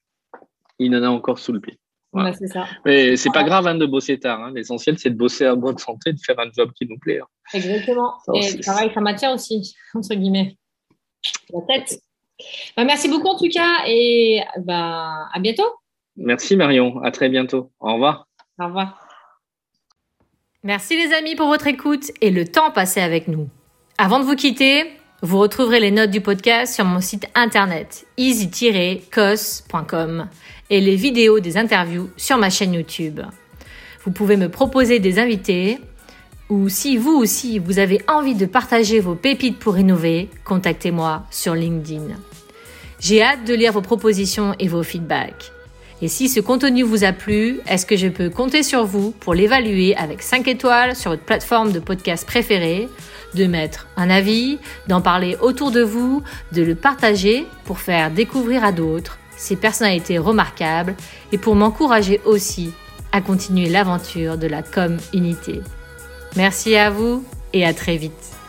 il en a encore sous le pied. Voilà. Ouais, c'est ça. Mais c'est pas grave hein, de bosser tard. Hein. L'essentiel, c'est de bosser en bonne santé, de faire un job qui nous plaît. Hein. Exactement. Ça, et le travail, ça maintient aussi, entre guillemets. La tête. Bah, merci beaucoup en tout cas et bah, à bientôt. Merci Marion. À très bientôt. Au revoir. Au revoir. Merci les amis pour votre écoute et le temps passé avec nous. Avant de vous quitter, vous retrouverez les notes du podcast sur mon site internet easy tiret cos point com et les vidéos des interviews sur ma chaîne YouTube. Vous pouvez me proposer des invités ou si vous aussi vous avez envie de partager vos pépites pour innover, contactez-moi sur LinkedIn. J'ai hâte de lire vos propositions et vos feedbacks. Et si ce contenu vous a plu, est-ce que je peux compter sur vous pour l'évaluer avec cinq étoiles sur votre plateforme de podcast préférée, de mettre un avis, d'en parler autour de vous, de le partager pour faire découvrir à d'autres ces personnalités remarquables et pour m'encourager aussi à continuer l'aventure de la Com Unité. Merci à vous et à très vite.